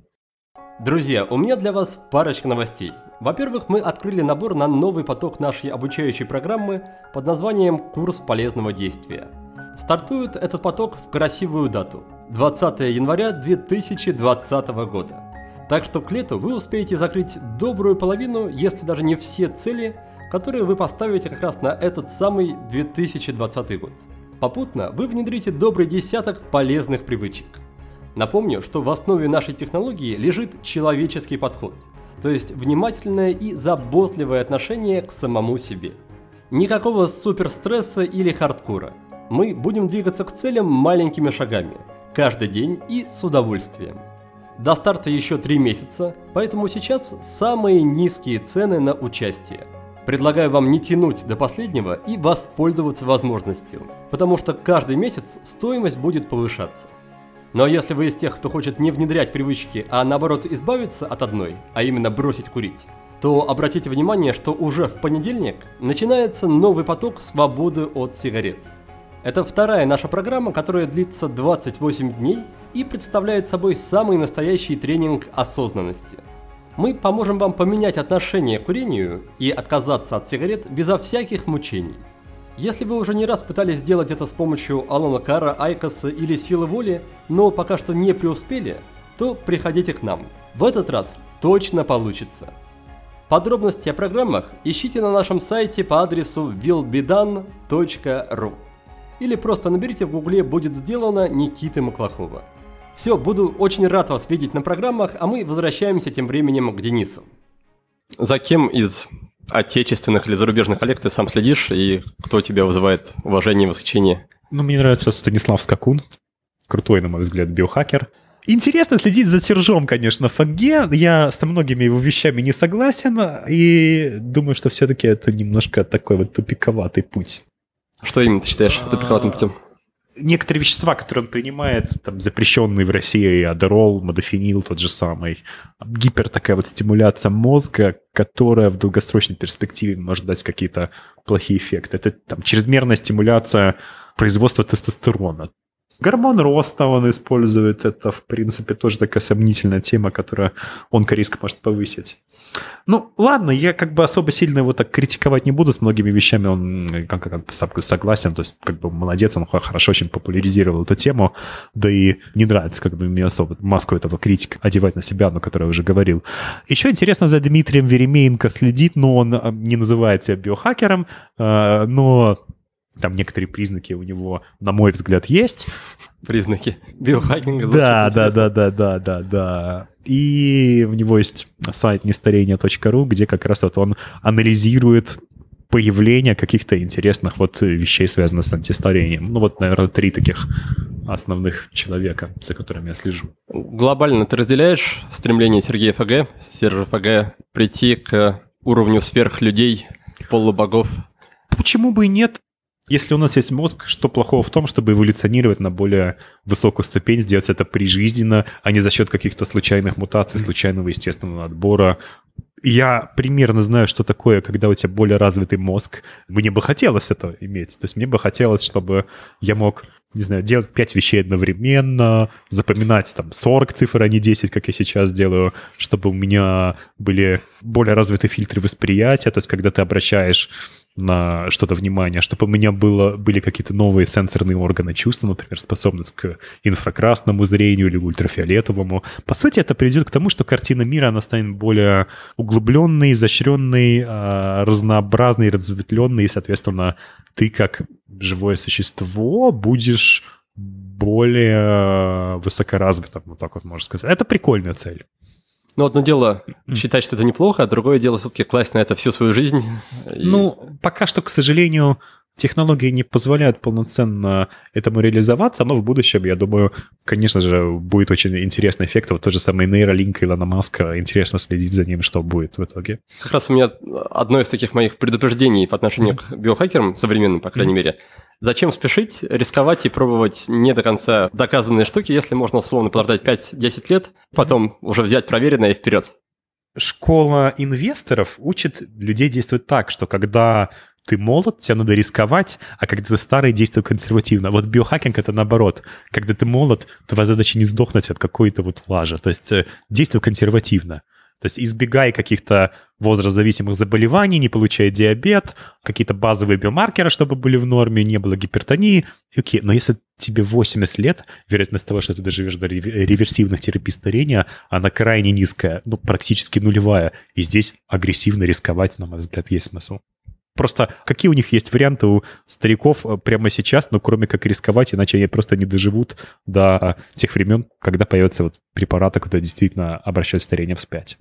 Друзья, у меня для вас парочка новостей. Во-первых, мы открыли набор на новый поток нашей обучающей программы под названием «Курс полезного действия». Стартует этот поток в красивую дату – двадцатого января две тысячи двадцатого года. Так что к лету вы успеете закрыть добрую половину, если даже не все цели, которые вы поставите как раз на этот самый две тысячи двадцатый год. Попутно вы внедрите добрый десяток полезных привычек. Напомню, что в основе нашей технологии лежит человеческий подход, то есть внимательное и заботливое отношение к самому себе. Никакого суперстресса или хардкора. Мы будем двигаться к целям маленькими шагами, каждый день и с удовольствием. До старта еще три месяца, поэтому сейчас самые низкие цены на участие. Предлагаю вам не тянуть до последнего и воспользоваться возможностью, потому что каждый месяц стоимость будет повышаться. Но если вы из тех, кто хочет не внедрять привычки, а наоборот избавиться от одной, а именно бросить курить, то обратите внимание, что уже в понедельник начинается новый поток свободы от сигарет. Это вторая наша программа, которая длится двадцать восемь дней и представляет собой самый настоящий тренинг осознанности. Мы поможем вам поменять отношение к курению и отказаться от сигарет безо всяких мучений. Если вы уже не раз пытались сделать это с помощью Алана Карра, Айкоса или силы воли, но пока что не преуспели, то приходите к нам. В этот раз точно получится. Подробности о программах ищите на нашем сайте по адресу will be done точка ru или просто наберите в гугле «Будет сделано» Никиты Маклахова. Все, буду очень рад вас видеть на программах, а мы возвращаемся тем временем к Денису. За кем из отечественных или зарубежных коллег ты сам следишь, и кто тебя вызывает уважение и восхищение? Ну, мне нравится Станислав Скакун. Крутой, на мой взгляд, биохакер. Интересно следить за Сержом, конечно, Фаге. Я со многими его вещами не согласен, и думаю, что все-таки это немножко такой вот тупиковатый путь. Что именно ты считаешь тупиковатым путем? Некоторые вещества, которые он принимает, там, запрещенные в России, адерол, модофенил тот же самый, гипер такая вот стимуляция мозга, которая в долгосрочной перспективе может дать какие-то плохие эффекты. Это там чрезмерная стимуляция производства тестостерона. Гормон роста он использует, это, в принципе, тоже такая сомнительная тема, которую он резко может повысить. Ну, ладно, я как бы особо сильно его так критиковать не буду, с многими вещами он как, как бы согласен, то есть как бы молодец, он хорошо очень популяризировал эту тему, да и не нравится как бы мне особо маску этого критика одевать на себя, но который я уже говорил. Еще интересно за Дмитрием Веремеенко следить, но он не называет себя биохакером, но... Там некоторые признаки у него, на мой взгляд, есть. Признаки биохакинга. Да, да, да, да, да, да, да. И у него есть сайт нестарение точка ру, где как раз вот он анализирует появление каких-то интересных вот вещей, связанных с антистарением. Ну вот, наверное, три таких основных человека, за которыми я слежу. Глобально ты разделяешь стремление Сергея Фаге, Сержа Фаге, прийти к уровню сверхлюдей, полубогов? Почему бы и нет? Если у нас есть мозг, что плохого в том, чтобы эволюционировать на более высокую ступень, сделать это прижизненно, а не за счет каких-то случайных мутаций, случайного естественного отбора. Я примерно знаю, что такое, когда у тебя более развитый мозг. Мне бы хотелось это иметь. То есть мне бы хотелось, чтобы я мог, не знаю, делать пять вещей одновременно, запоминать там сорок цифр, а не десять, как я сейчас делаю, чтобы у меня были более развитые фильтры восприятия. То есть когда ты обращаешь на что-то внимание, чтобы у меня было, были какие-то новые сенсорные органы чувств, например, способность к инфракрасному зрению или ультрафиолетовому. По сути, это приведет к тому, что картина мира, она станет более углубленной, изощренной, разнообразной, разветвленной, и, соответственно, ты как живое существо будешь более высокоразвитым, вот так вот можно сказать. Это прикольная цель. Ну, одно дело считать, что это неплохо, а другое дело все-таки класть на это всю свою жизнь. И... Ну, пока что, к сожалению, технологии не позволяют полноценно этому реализоваться, но в будущем, я думаю, конечно же, будет очень интересный эффект. Вот тот же самый нейролинк Илона Маска, интересно следить за ним, что будет в итоге. Как раз у меня одно из таких моих предупреждений по отношению mm-hmm. к биохакерам, современным, по крайней mm-hmm. мере. Зачем спешить, рисковать и пробовать не до конца доказанные штуки, если можно условно подождать пять-десять лет, потом уже взять проверенное и вперед? Школа инвесторов учит людей действовать так, что когда ты молод, тебе надо рисковать, а когда ты старый, действуй консервативно. Вот биохакинг — это наоборот. Когда ты молод, твоя задача не сдохнуть от какой-то вот лажи. То есть действуй консервативно. То есть избегай каких-то возрастзависимых заболеваний, не получай диабет, какие-то базовые биомаркеры, чтобы были в норме, не было гипертонии. Окей, но если тебе восемьдесят лет, вероятность того, что ты доживешь до реверсивных терапий старения, она крайне низкая, ну, практически нулевая. И здесь агрессивно рисковать, на мой взгляд, есть смысл. Просто какие у них есть варианты у стариков прямо сейчас, ну, кроме как рисковать, иначе они просто не доживут до тех времен, когда появятся вот препараты, которые действительно обращают старение вспять.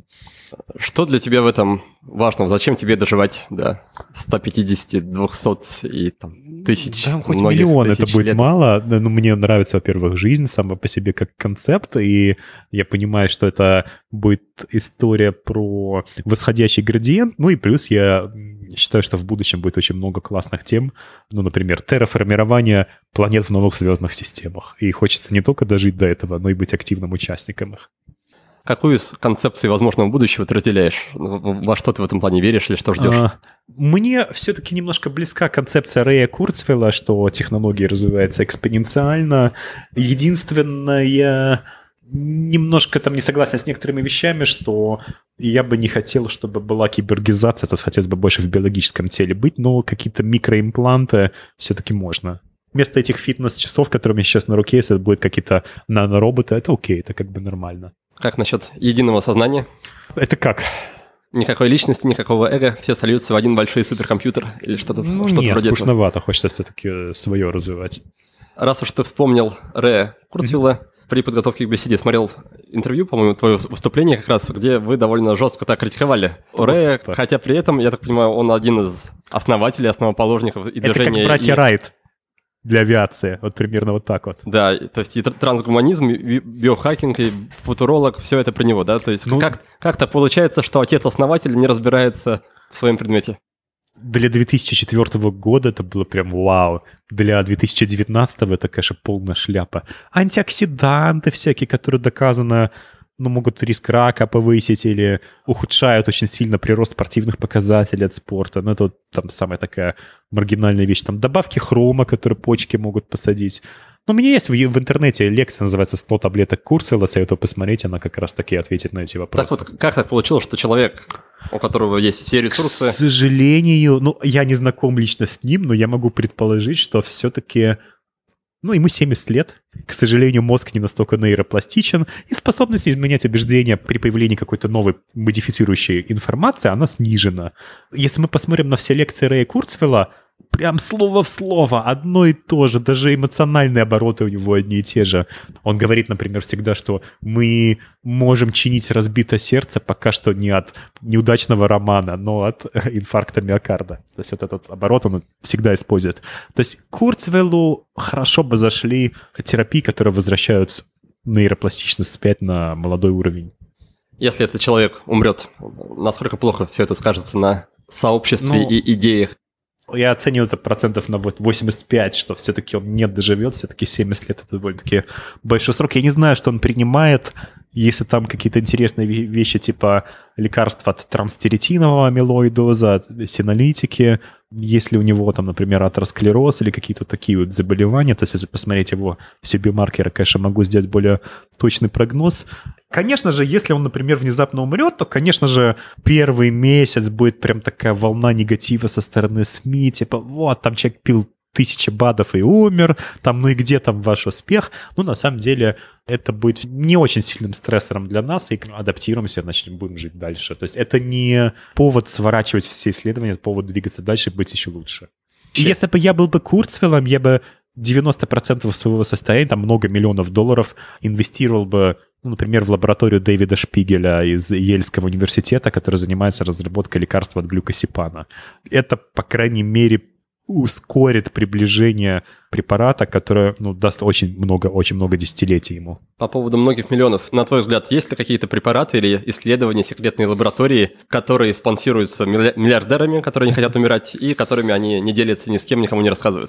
Что для тебя в этом важно? Зачем тебе доживать до сто пятьдесят, двести и там, тысяч? Да, хоть миллион это будет лет. мало. Ну, мне нравится, во-первых, жизнь сама по себе как концепт, и я понимаю, что это будет история про восходящий градиент. Ну и плюс я считаю, что в будущем будет очень много классных тем. Ну, например, терраформирование планет в новых звездных системах. И хочется не только дожить до этого, но и быть активным участником их. Какую из концепций возможного будущего ты разделяешь? Во что ты в этом плане веришь или что ждешь? А, мне все-таки немножко близка концепция Рэя Курцвелла, что технологии развиваются экспоненциально. Единственное, я немножко там не согласен с некоторыми вещами, что я бы не хотел, чтобы была кибергизация, то есть хотелось бы больше в биологическом теле быть, но какие-то микроимпланты все-таки можно. Вместо этих фитнес-часов, которые у меня сейчас на руке, если это будут какие-то нанороботы, это окей, это как бы нормально. Как насчет единого сознания? Это как? Никакой личности, никакого эго, все сольются в один большой суперкомпьютер или что-то, ну, что-то нет, вроде этого. скучновато, хочется все-таки свое развивать. Раз уж ты вспомнил Рэя Курцвелла, mm-hmm. при подготовке к беседе смотрел интервью, по-моему, твое выступление как раз, где вы довольно жестко так критиковали Рэя, хотя при этом, я так понимаю, он один из основателей, основоположников и движения... Это как братья и... Райт для авиации, вот примерно вот так вот. Да, то есть и трансгуманизм, и биохакинг, и футуролог, все это про него, да? То есть ну, как, как-то получается, что отец-основатель не разбирается в своем предмете. Для две тысячи четвёртого года это было прям вау. Для две тысячи девятнадцатого это, конечно, полная шляпа. Антиоксиданты всякие, которые доказано, ну, могут риск рака повысить или ухудшают очень сильно прирост спортивных показателей от спорта. Ну, это вот там самая такая маргинальная вещь. Там добавки хрома, которые почки могут посадить. Но у меня есть в, в интернете лекция, называется «сто таблеток Курцвелла», советую посмотреть, она как раз-таки ответит на эти вопросы. Так вот, как так получилось, что человек, у которого есть все ресурсы... К сожалению, ну, я не знаком лично с ним, но я могу предположить, что все-таки... Ну, ему семьдесят лет. К сожалению, мозг не настолько нейропластичен, и способность изменять убеждения при появлении какой-то новой модифицирующей информации, она снижена. Если мы посмотрим на все лекции Рэя Курцвелла, прям слово в слово, одно и то же, даже эмоциональные обороты у него одни и те же. Он говорит, например, всегда, что мы можем чинить разбитое сердце пока что не от неудачного романа, но от инфаркта миокарда. То есть вот этот оборот он всегда использует. То есть Курцвеллу хорошо бы зашли терапии, которые возвращают нейропластичность вспять на молодой уровень. Если этот человек умрет, насколько плохо все это скажется на сообществе ну, и идеях? Я оцениваю это процентов на восемьдесят пять, что все-таки он не доживет, все-таки семьдесят лет — это довольно-таки большой срок. Я не знаю, что он принимает, если там какие-то интересные вещи типа лекарства от транстеретинового амилоидоза, от синолитики, если у него там, например, атеросклероз или какие-то такие вот заболевания, то есть если посмотреть его все биомаркеры, конечно, могу сделать более точный прогноз. Конечно же, если он, например, внезапно умрет, то, конечно же, первый месяц будет прям такая волна негатива со стороны СМИ, типа, вот, там человек пил тысячи БАДов и умер, там, ну и где там ваш успех? Ну, на самом деле, это будет не очень сильным стрессором для нас, и адаптируемся, начнем, будем жить дальше. То есть это не повод сворачивать все исследования, это повод двигаться дальше и быть еще лучше. И если бы я был бы Курцвеллом, я бы девяносто процентов своего состояния, там много миллионов долларов, инвестировал бы, ну, например, в лабораторию Дэвида Шпигеля из Ельского университета, который занимается разработкой лекарства от глюкозипана. Это, по крайней мере, ускорит приближение препарата, которое, ну, даст очень много, очень много десятилетий ему. По поводу многих миллионов, на твой взгляд, есть ли какие-то препараты или исследования, секретные лаборатории, которые спонсируются миллиардерами, которые не хотят умирать, и которыми они не делятся ни с кем, никому не рассказывают?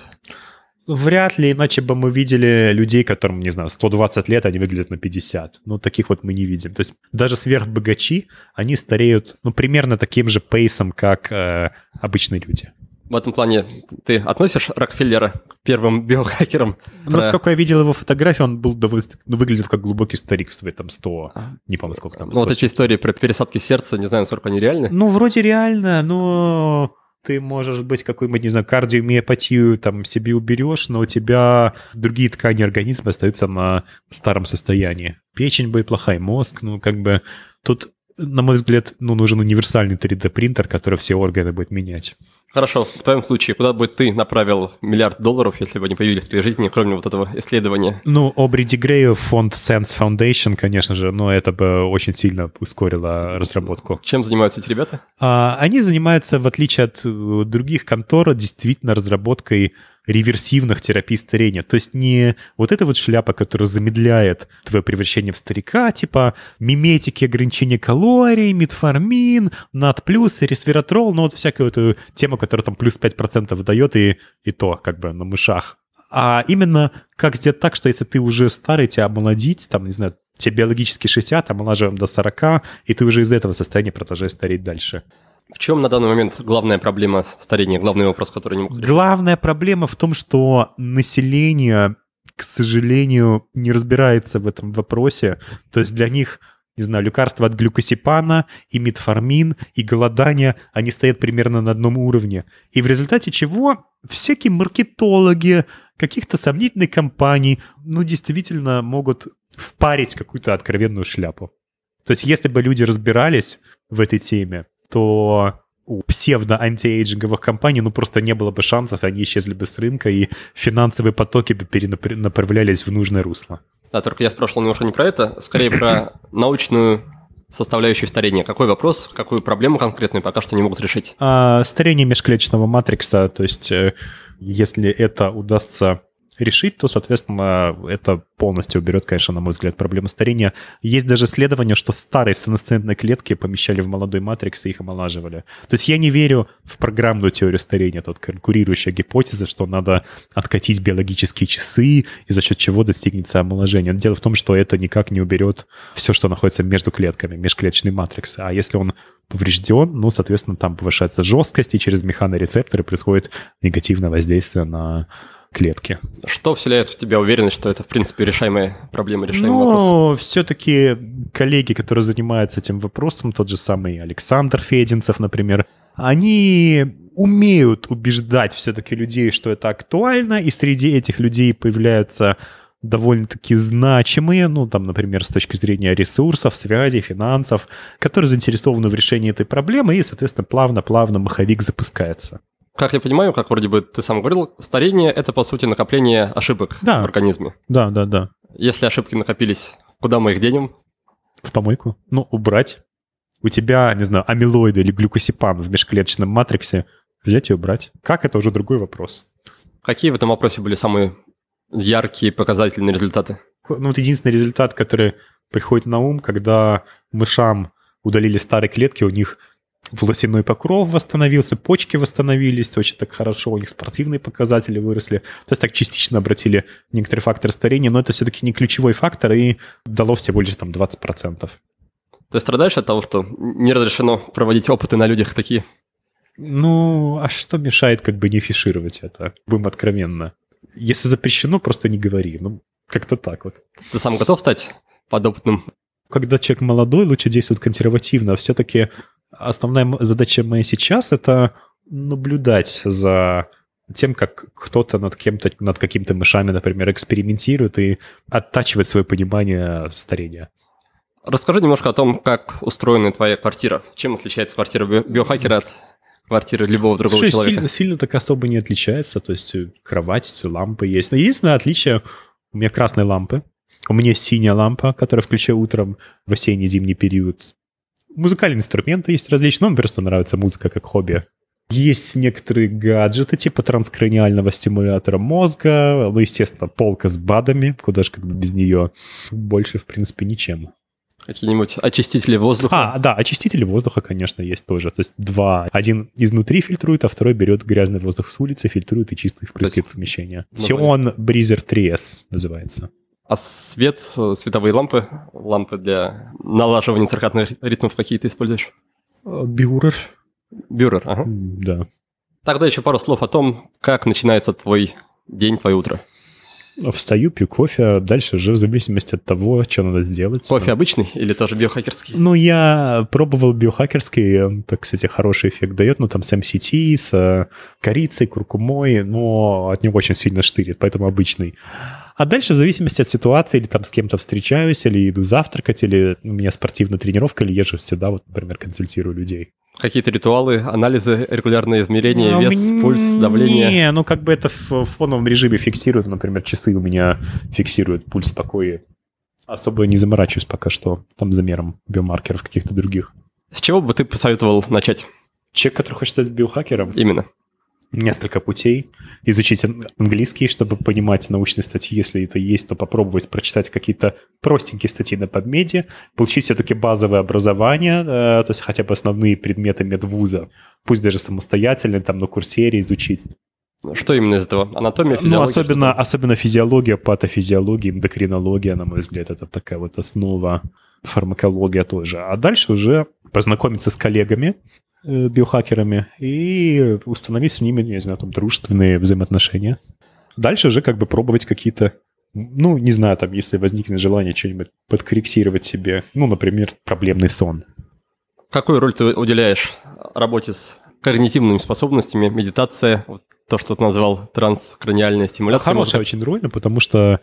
Вряд ли, иначе бы мы видели людей, которым, не знаю, сто двадцать лет, они выглядят на пятьдесят. Ну, таких вот мы не видим. То есть даже сверхбогачи, они стареют, ну, примерно таким же пейсом, как э, обычные люди. В этом плане ты относишь Рокфеллера к первым биохакерам? Ну, про... сколько я видел его фотографии, он был довольно, ну, выглядит как глубокий старик в своей там сто, не помню, сколько там. Ну, вот эти истории про пересадки сердца, не знаю, насколько они реальны. Ну, вроде реально, но ты можешь быть какой-нибудь, не знаю, кардиомиопатию там себе уберешь, но у тебя другие ткани организма остаются на старом состоянии. Печень будет плохая, мозг, ну, как бы тут, на мой взгляд, ну, нужен универсальный три дэ принтер, который все органы будет менять. Хорошо, в твоем случае, куда бы ты направил миллиард долларов, если бы они появились в твоей жизни, кроме вот этого исследования? Ну, Обри Ди Грею, фонд Sense Foundation, конечно же, но это бы очень сильно ускорило разработку. Чем занимаются эти ребята? А, они занимаются, в отличие от других контор, действительно разработкой реверсивных терапий старения. То есть не вот эта вот шляпа, которая замедляет твое превращение в старика, типа миметики, ограничения калорий, метформин, нат плюс, ресвератрол, ну вот всякую эту тему, которая там плюс пять процентов дает, и, и то как бы на мышах. А именно как сделать так, что если ты уже старый, тебя омолодить, там, не знаю, тебе биологически шестьдесят, омолаживаем до сорока, и ты уже из этого состояния продолжаешь стареть дальше. В чем на данный момент главная проблема старения, главный вопрос, который не могут решить? Главная проблема в том, что население, к сожалению, не разбирается в этом вопросе. То есть для них, не знаю, лекарства от глюкосипана и метформин, и голодание, они стоят примерно на одном уровне. И в результате чего всякие маркетологи каких-то сомнительных компаний, ну, действительно могут впарить какую-то откровенную шляпу. То есть если бы люди разбирались в этой теме, то у псевдо-антиэйджинговых компаний ну просто не было бы шансов, они исчезли бы с рынка, и финансовые потоки бы перенаправлялись в нужное русло. Да, только я спрашивал немножко не про это, скорее про научную составляющую старения. Какой вопрос, какую проблему конкретную пока что не могут решить? А, старение межклеточного матрикса, то есть если это удастся решить, то, соответственно, это полностью уберет, конечно, на мой взгляд, проблему старения. Есть даже исследование, что старые сенесцентные клетки помещали в молодой матрикс и их омолаживали. То есть я не верю в программную теорию старения, тут конкурирующая гипотеза, что надо откатить биологические часы, и за счет чего достигнется омоложение. Дело в том, что это никак не уберет все, что находится между клетками, межклеточный матрикс. А если он поврежден, ну, соответственно, там повышается жесткость, и через механорецепторы происходит негативное воздействие на клетки. Что вселяет в тебя уверенность, что это, в принципе, решаемая проблема, решаемый ну, вопрос? Ну, все-таки коллеги, которые занимаются этим вопросом, тот же самый Александр Фединцев, например, они умеют убеждать все-таки людей, что это актуально, и среди этих людей появляются довольно-таки значимые, ну, там, например, с точки зрения ресурсов, связей, финансов, которые заинтересованы в решении этой проблемы, и, соответственно, плавно-плавно маховик запускается. Как я понимаю, как вроде бы ты сам говорил, старение – это, по сути, накопление ошибок да. в организме. Да, да, да. Если ошибки накопились, куда мы их денем? В помойку. Ну, убрать. У тебя, не знаю, амилоиды или глюкосипан в межклеточном матриксе, взять и убрать. Как – это уже другой вопрос. Какие в этом вопросе были самые яркие показательные результаты? Ну, вот единственный результат, который приходит на ум, когда мышам удалили старые клетки, у них волосяной покров восстановился, почки восстановились, очень так хорошо, у них спортивные показатели выросли. То есть так частично обратили некоторые факторы старения, но это все-таки не ключевой фактор и дало всего лишь там двадцать процентов. Ты страдаешь от того, что не разрешено проводить опыты на людях такие? Ну, а что мешает как бы не фишировать это? Будем откровенно. Если запрещено, просто не говори. Ну, как-то так вот. Ты сам готов стать подопытным? Когда человек молодой, лучше действовать консервативно. Все-таки основная задача моя сейчас – это наблюдать за тем, как кто-то над кем-то, над какими-то мышами, например, экспериментирует и оттачивает свое понимание старения. Расскажи немножко о том, как устроена твоя квартира. Чем отличается квартира би- биохакера от квартиры любого другого Слушай, человека? Сильно, сильно так особо не отличается. То есть кровать, лампы есть. Но единственное отличие – у меня красные лампы. У меня синяя лампа, которая включаю утром в осенне-зимний период. Музыкальные инструменты есть различные, но мне просто нравится музыка как хобби. Есть некоторые гаджеты типа транскраниального стимулятора мозга, ну, естественно, полка с БАДами, куда же как бы без нее. Больше, в принципе, ничем. Какие-нибудь очистители воздуха? А, да, очистители воздуха, конечно, есть тоже. То есть два. Один изнутри фильтрует, а второй берет грязный воздух с улицы, фильтрует и чисто впрыскивает в помещение. Xeon Breezer три эс называется. А свет, световые лампы, лампы для налаживания циркадных ритмов какие ты используешь? Бюрер. Бюрер, ага. Да. Тогда еще пару слов о том, как начинается твой день, твое утро. Встаю, пью кофе, а дальше уже в зависимости от того, что надо сделать. Кофе обычный или тоже биохакерский? Ну, я пробовал биохакерский, он, так, кстати, хороший эффект дает, ну, там с эм си ти, с корицей, куркумой, но от него очень сильно штырит, поэтому обычный. А дальше в зависимости от ситуации, или там с кем-то встречаюсь, или иду завтракать, или у меня спортивная тренировка, или езжу сюда, вот, например, консультирую людей. Какие-то ритуалы, анализы, регулярные измерения, А вес, меня... пульс, давление? Не, ну как бы это в фоновом режиме фиксирует. Например, часы у меня фиксируют пульс покоя. Особо не заморачиваюсь пока что там замером биомаркеров каких-то других. С чего бы ты посоветовал начать? Человек, который хочет стать биохакером? Именно. Несколько путей. Изучить английский, чтобы понимать научные статьи. Если это есть, то попробовать прочитать какие-то простенькие статьи на PubMed. Получить все-таки базовое образование, то есть хотя бы основные предметы медвуза. Пусть даже самостоятельно, там на курсере изучить. Что именно из этого? Анатомия, физиология? Ну, особенно, особенно физиология, патофизиология, эндокринология, на мой взгляд, это такая вот основа, фармакология тоже. А дальше уже познакомиться с коллегами, биохакерами, и установить с ними, не знаю, там, дружественные взаимоотношения. Дальше уже как бы пробовать какие-то, ну, не знаю, там, если возникнет желание что-нибудь подкорректировать себе, ну, например, проблемный сон. Какую роль ты уделяешь работе с когнитивными способностями, медитация, вот то, что ты назвал транскраниальная стимуляция? Хорошая очень роль, потому что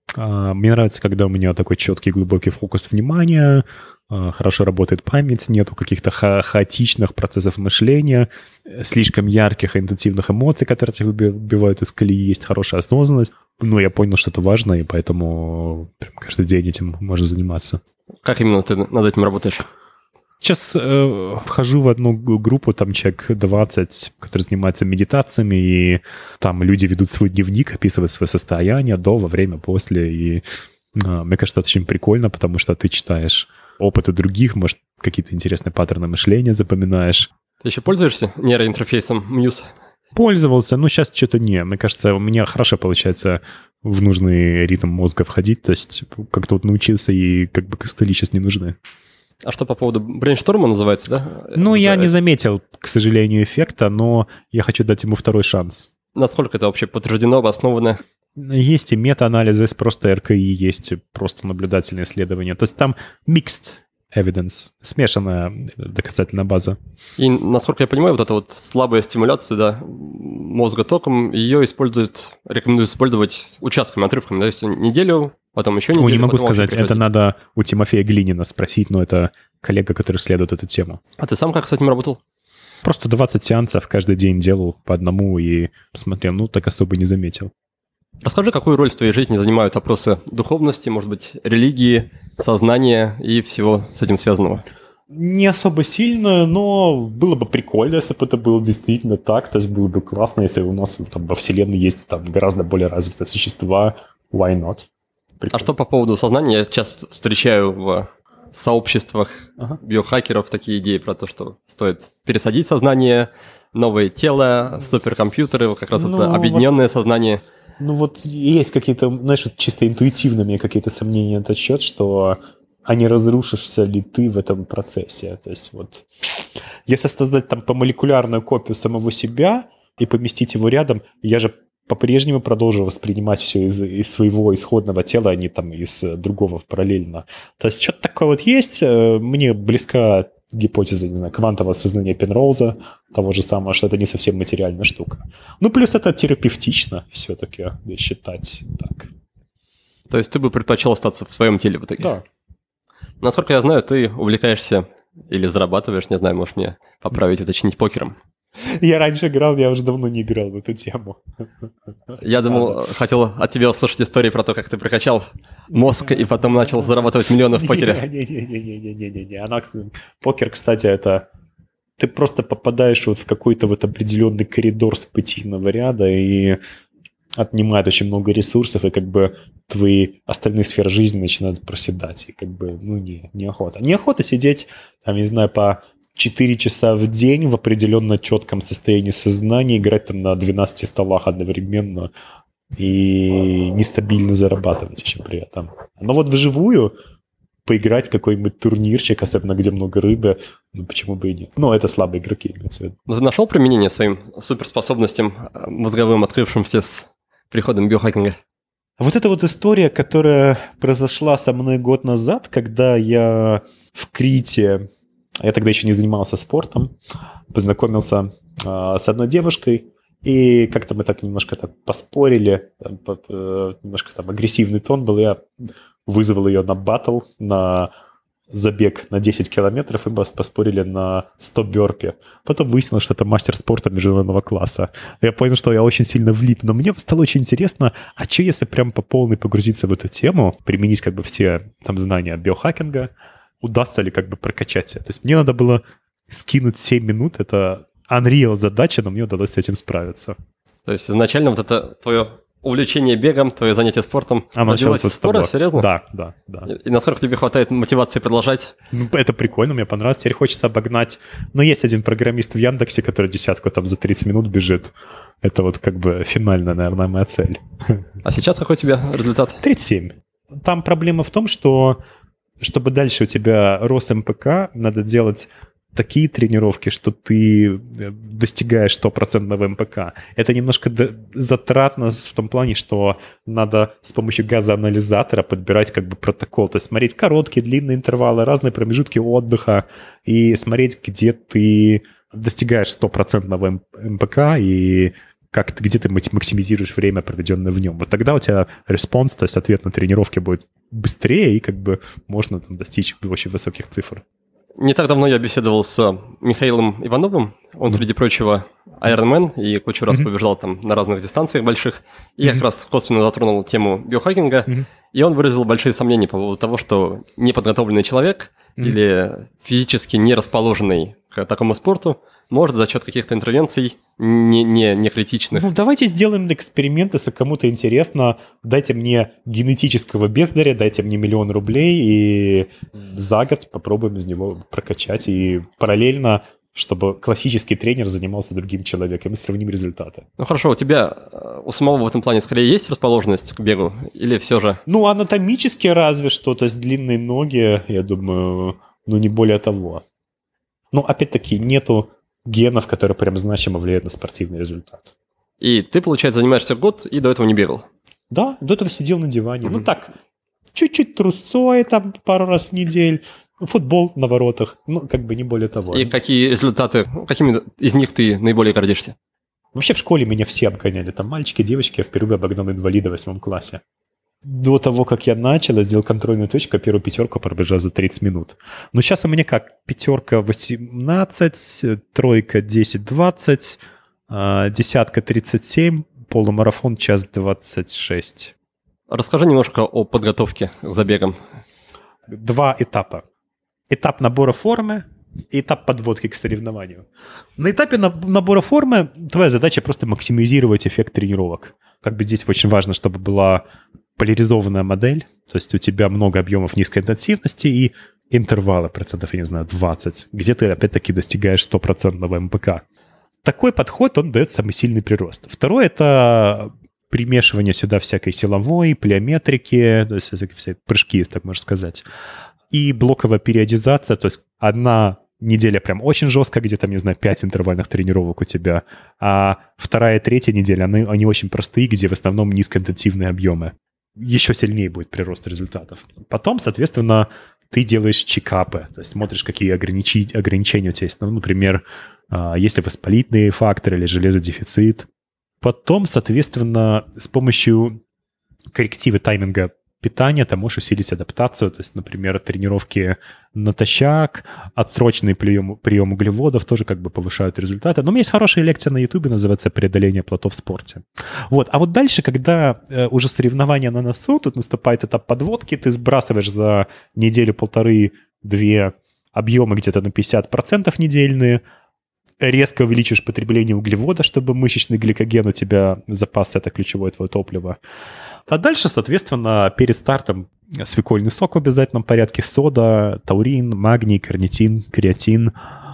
а, мне нравится, когда у меня такой четкий глубокий фокус внимания, хорошо работает память, нету каких-то ха- хаотичных процессов мышления, слишком ярких и интенсивных эмоций, которые тебя выбивают из колеи, есть хорошая осознанность. Ну, я понял, что это важно, и поэтому прям каждый день этим можно заниматься. Как именно ты над этим работаешь? Сейчас э, вхожу в одну группу, там человек двадцать, который занимается медитациями, и там люди ведут свой дневник, описывают свое состояние до, во время, после, и э, мне кажется, это очень прикольно, потому что ты читаешь опыты других, может, какие-то интересные паттерны мышления запоминаешь. Ты еще пользуешься нейроинтерфейсом Muse? Пользовался, но сейчас что-то не. Мне кажется, у меня хорошо получается в нужный ритм мозга входить, то есть как-то вот научился, и как бы костыли сейчас не нужны. А что по поводу брейншторма называется, да? Ну, я это... не заметил, к сожалению, эффекта, но я хочу дать ему второй шанс. Насколько это вообще подтверждено, обосновано? Есть и мета-анализы, есть просто эр ка и, есть просто наблюдательные исследования. То есть там mixed evidence, смешанная доказательная база. И, насколько я понимаю, вот эта вот слабая стимуляция, да, мозга током, ее используют, рекомендуют использовать участками, отрывками, да, то есть неделю, потом еще неделю. Ой, не могу сказать, это надо у Тимофея Глинина спросить, но это коллега, который исследует эту тему. А ты сам как с этим работал? Просто двадцать сеансов каждый день делал по одному и смотрел, ну, так особо не заметил. Расскажи, какую роль в твоей жизни занимают вопросы духовности, может быть, религии, сознания и всего с этим связанного? Не особо сильно, но было бы прикольно, если бы это было действительно так. То есть было бы классно, если у нас там во Вселенной есть там гораздо более развитые существа. Why not? Прикольно. А что по поводу сознания? Я часто встречаю в сообществах ага. биохакеров такие идеи про то, что стоит пересадить сознание, новое тело, суперкомпьютеры, как раз ну, это объединенное вот... сознание. Ну вот есть какие-то, знаешь, вот чисто интуитивно у меня какие-то сомнения на этот счет, что а не разрушишься ли ты в этом процессе. То есть вот если создать там помолекулярную копию самого себя и поместить его рядом, я же по-прежнему продолжу воспринимать все из, из своего исходного тела, а не там из другого параллельно. То есть что-то такое вот есть, мне близка гипотеза, не знаю, квантового сознания Пенроуза, того же самого, что это не совсем материальная штука. Ну, плюс это терапевтично все-таки считать так. То есть ты бы предпочел остаться в своем теле в итоге? Да. Насколько я знаю, ты увлекаешься или зарабатываешь, не знаю, можешь мне поправить, уточнить, покером. Я раньше играл, я уже давно не играл в эту тему. Я думал, хотел от тебя услышать истории про то, как ты прокачал мозг и потом начал зарабатывать миллионы в покере. Не-не-не-не-не-не-не. Покер, кстати, это... Ты просто попадаешь вот в какой-то вот определенный коридор событийного ряда и отнимает очень много ресурсов, и как бы твои остальные сферы жизни начинают проседать. И как бы, ну, не, неохота. Неохота сидеть, там, не знаю, по... четыре часа в день в определенно четком состоянии сознания, играть там на двенадцати столах одновременно и нестабильно зарабатывать еще при этом. Но вот вживую поиграть какой-нибудь турнирчик, особенно где много рыбы, ну почему бы и нет. Но это слабые игроки. Но ты нашел применение своим суперспособностям мозговым, открывшимся с приходом биохакинга? Вот эта вот история, которая произошла со мной год назад, когда я в Крите... Я тогда еще не занимался спортом, познакомился э, с одной девушкой, И как-то мы так немножко так поспорили, там, немножко там агрессивный тон был, я вызвал ее на баттл, на забег на десять километров, и мы поспорили на сто бёрпи. Потом выяснилось, что это мастер спорта международного класса. Я понял, что я очень сильно влип, но мне стало очень интересно, а что если прям по полной погрузиться в эту тему, применить как бы все там знания биохакинга, удастся ли как бы прокачать себя. То есть мне надо было скинуть семь минут, это Unreal задача, но мне удалось с этим справиться. То есть изначально вот это твое увлечение бегом, твое занятие спортом оно родилось вот с спора, серьезно? Да, да, да. И, и насколько тебе хватает мотивации продолжать? Ну, это прикольно, мне понравилось. Теперь хочется обогнать. Но есть один программист в Яндексе, который десятку там за тридцать минут бежит. Это вот как бы финальная, наверное, моя цель. А сейчас какой у тебя результат? тридцать семь. Там проблема в том, что чтобы дальше у тебя рос эм пэ ка, надо делать такие тренировки, что ты достигаешь стопроцентного эм пэ ка. Это немножко затратно в том плане, что надо с помощью газоанализатора подбирать как бы протокол. То есть смотреть короткие, длинные интервалы, разные промежутки отдыха и смотреть, где ты достигаешь стопроцентного эм пэ ка и как ты, где ты максимизируешь время, проведенное в нем. Вот тогда у тебя респонс, то есть ответ на тренировки будет быстрее, и как бы можно там достичь очень высоких цифр. Не так давно я беседовал с Михаилом Ивановым. Он, mm-hmm. среди прочего, Ironman и кучу раз mm-hmm. побежал там на разных дистанциях больших. И mm-hmm. я как раз косвенно затронул тему биохакинга. Mm-hmm. И он выразил большие сомнения по поводу того, что неподготовленный человек mm-hmm. или физически не расположенный к такому спорту может за счет каких-то интервенций не, не, не критичных. Ну, давайте сделаем эксперимент, если кому-то интересно. Дайте мне генетического бездаря, дайте мне миллион рублей, и за год попробуем из него прокачать. И параллельно, чтобы классический тренер занимался другим человеком, и сравним результаты. Ну хорошо, у тебя, у самого в этом плане скорее есть расположенность к бегу? Или все же? Ну, анатомически разве что. То есть длинные ноги, я думаю, ну не более того. Но опять-таки нету генов, которые прям значимо влияют на спортивный результат. И ты, получается, занимаешься год и до этого не бегал? Да, до этого сидел на диване. Mm-hmm. Ну так, чуть-чуть трусцой там пару раз в неделю, футбол на воротах, ну как бы не более того. И какие результаты, какими из них ты наиболее гордишься? Вообще в школе меня все обгоняли, там мальчики, девочки, я впервые обогнал инвалида в восьмом классе. До того, как я начал, я сделал контрольную точку, а первую пятерку пробежал за тридцать минут. Но сейчас у меня как? Пятерка восемнадцать, тройка десять двадцать, десятка тридцать семь, полумарафон час двадцать шесть. Расскажи немножко о подготовке к забегам. Два этапа. Этап набора формы и этап подводки к соревнованию. На этапе набора формы твоя задача просто максимизировать эффект тренировок. Как бы здесь очень важно, чтобы была поляризованная модель, то есть у тебя много объемов низкой интенсивности и интервалы процентов, я не знаю, двадцать, где ты опять-таки достигаешь стопроцентного эм пэ ка. Такой подход, он дает самый сильный прирост. Второе – это примешивание сюда всякой силовой, плеометрики, то есть все прыжки, так можно сказать, и блоковая периодизация, то есть одна неделя прям очень жесткая, где там, не знаю, пять интервальных тренировок у тебя, а вторая и третья неделя, они, они очень простые, где в основном низкоинтенсивные объемы. Еще сильнее будет прирост результатов. Потом, соответственно, ты делаешь чекапы, то есть смотришь, какие ограничи... ограничения у тебя есть. Ну, например, есть ли воспалительные факторы или железодефицит. Потом, соответственно, с помощью коррективы тайминга питания ты можешь усилить адаптацию, то есть, например, тренировки натощак, отсроченный прием, прием углеводов тоже как бы повышают результаты. Но у меня есть хорошая лекция на Ютубе, называется «Преодоление плато в спорте». Вот. А вот дальше, когда э, уже соревнования на носу, тут наступает этап подводки, ты сбрасываешь за неделю-полторы-две объемы где-то на пятьдесят процентов недельные, резко увеличишь потребление углевода, чтобы мышечный гликоген у тебя запас, это ключевое твое топливо. А дальше, соответственно, перед стартом свекольный сок в обязательном порядке, сода, таурин, магний, карнитин, креатин,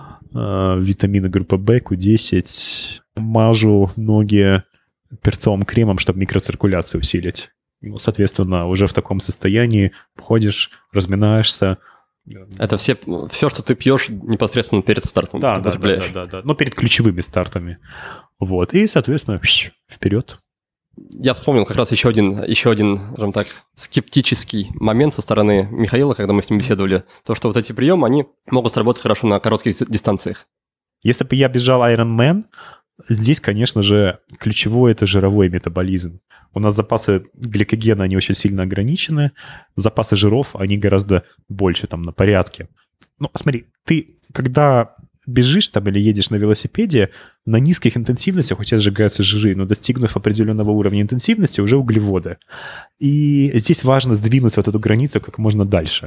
э, витамины группы В, ку десять. Мажу ноги перцовым кремом, чтобы микроциркуляцию усилить. Ну, соответственно, уже в таком состоянии ходишь, разминаешься. Это все, все, что ты пьешь непосредственно перед стартом. Да, да, да, да, да, да. Но перед ключевыми стартами. Вот. И, соответственно, вперед. Я вспомнил как раз еще один, еще один, скажем так, скептический момент со стороны Михаила, когда мы с ним беседовали. То, что вот эти приемы, они могут сработать хорошо на коротких дистанциях. Если бы я бежал Ironman, Здесь, конечно же, ключевое – это жировой метаболизм. У нас запасы гликогена, они очень сильно ограничены, запасы жиров, они гораздо больше, там, на порядке. Ну, смотри, ты, когда бежишь там или едешь на велосипеде, на низких интенсивностях у тебя сжигаются жиры, но достигнув определенного уровня интенсивности, уже углеводы. И здесь важно сдвинуть вот эту границу как можно дальше.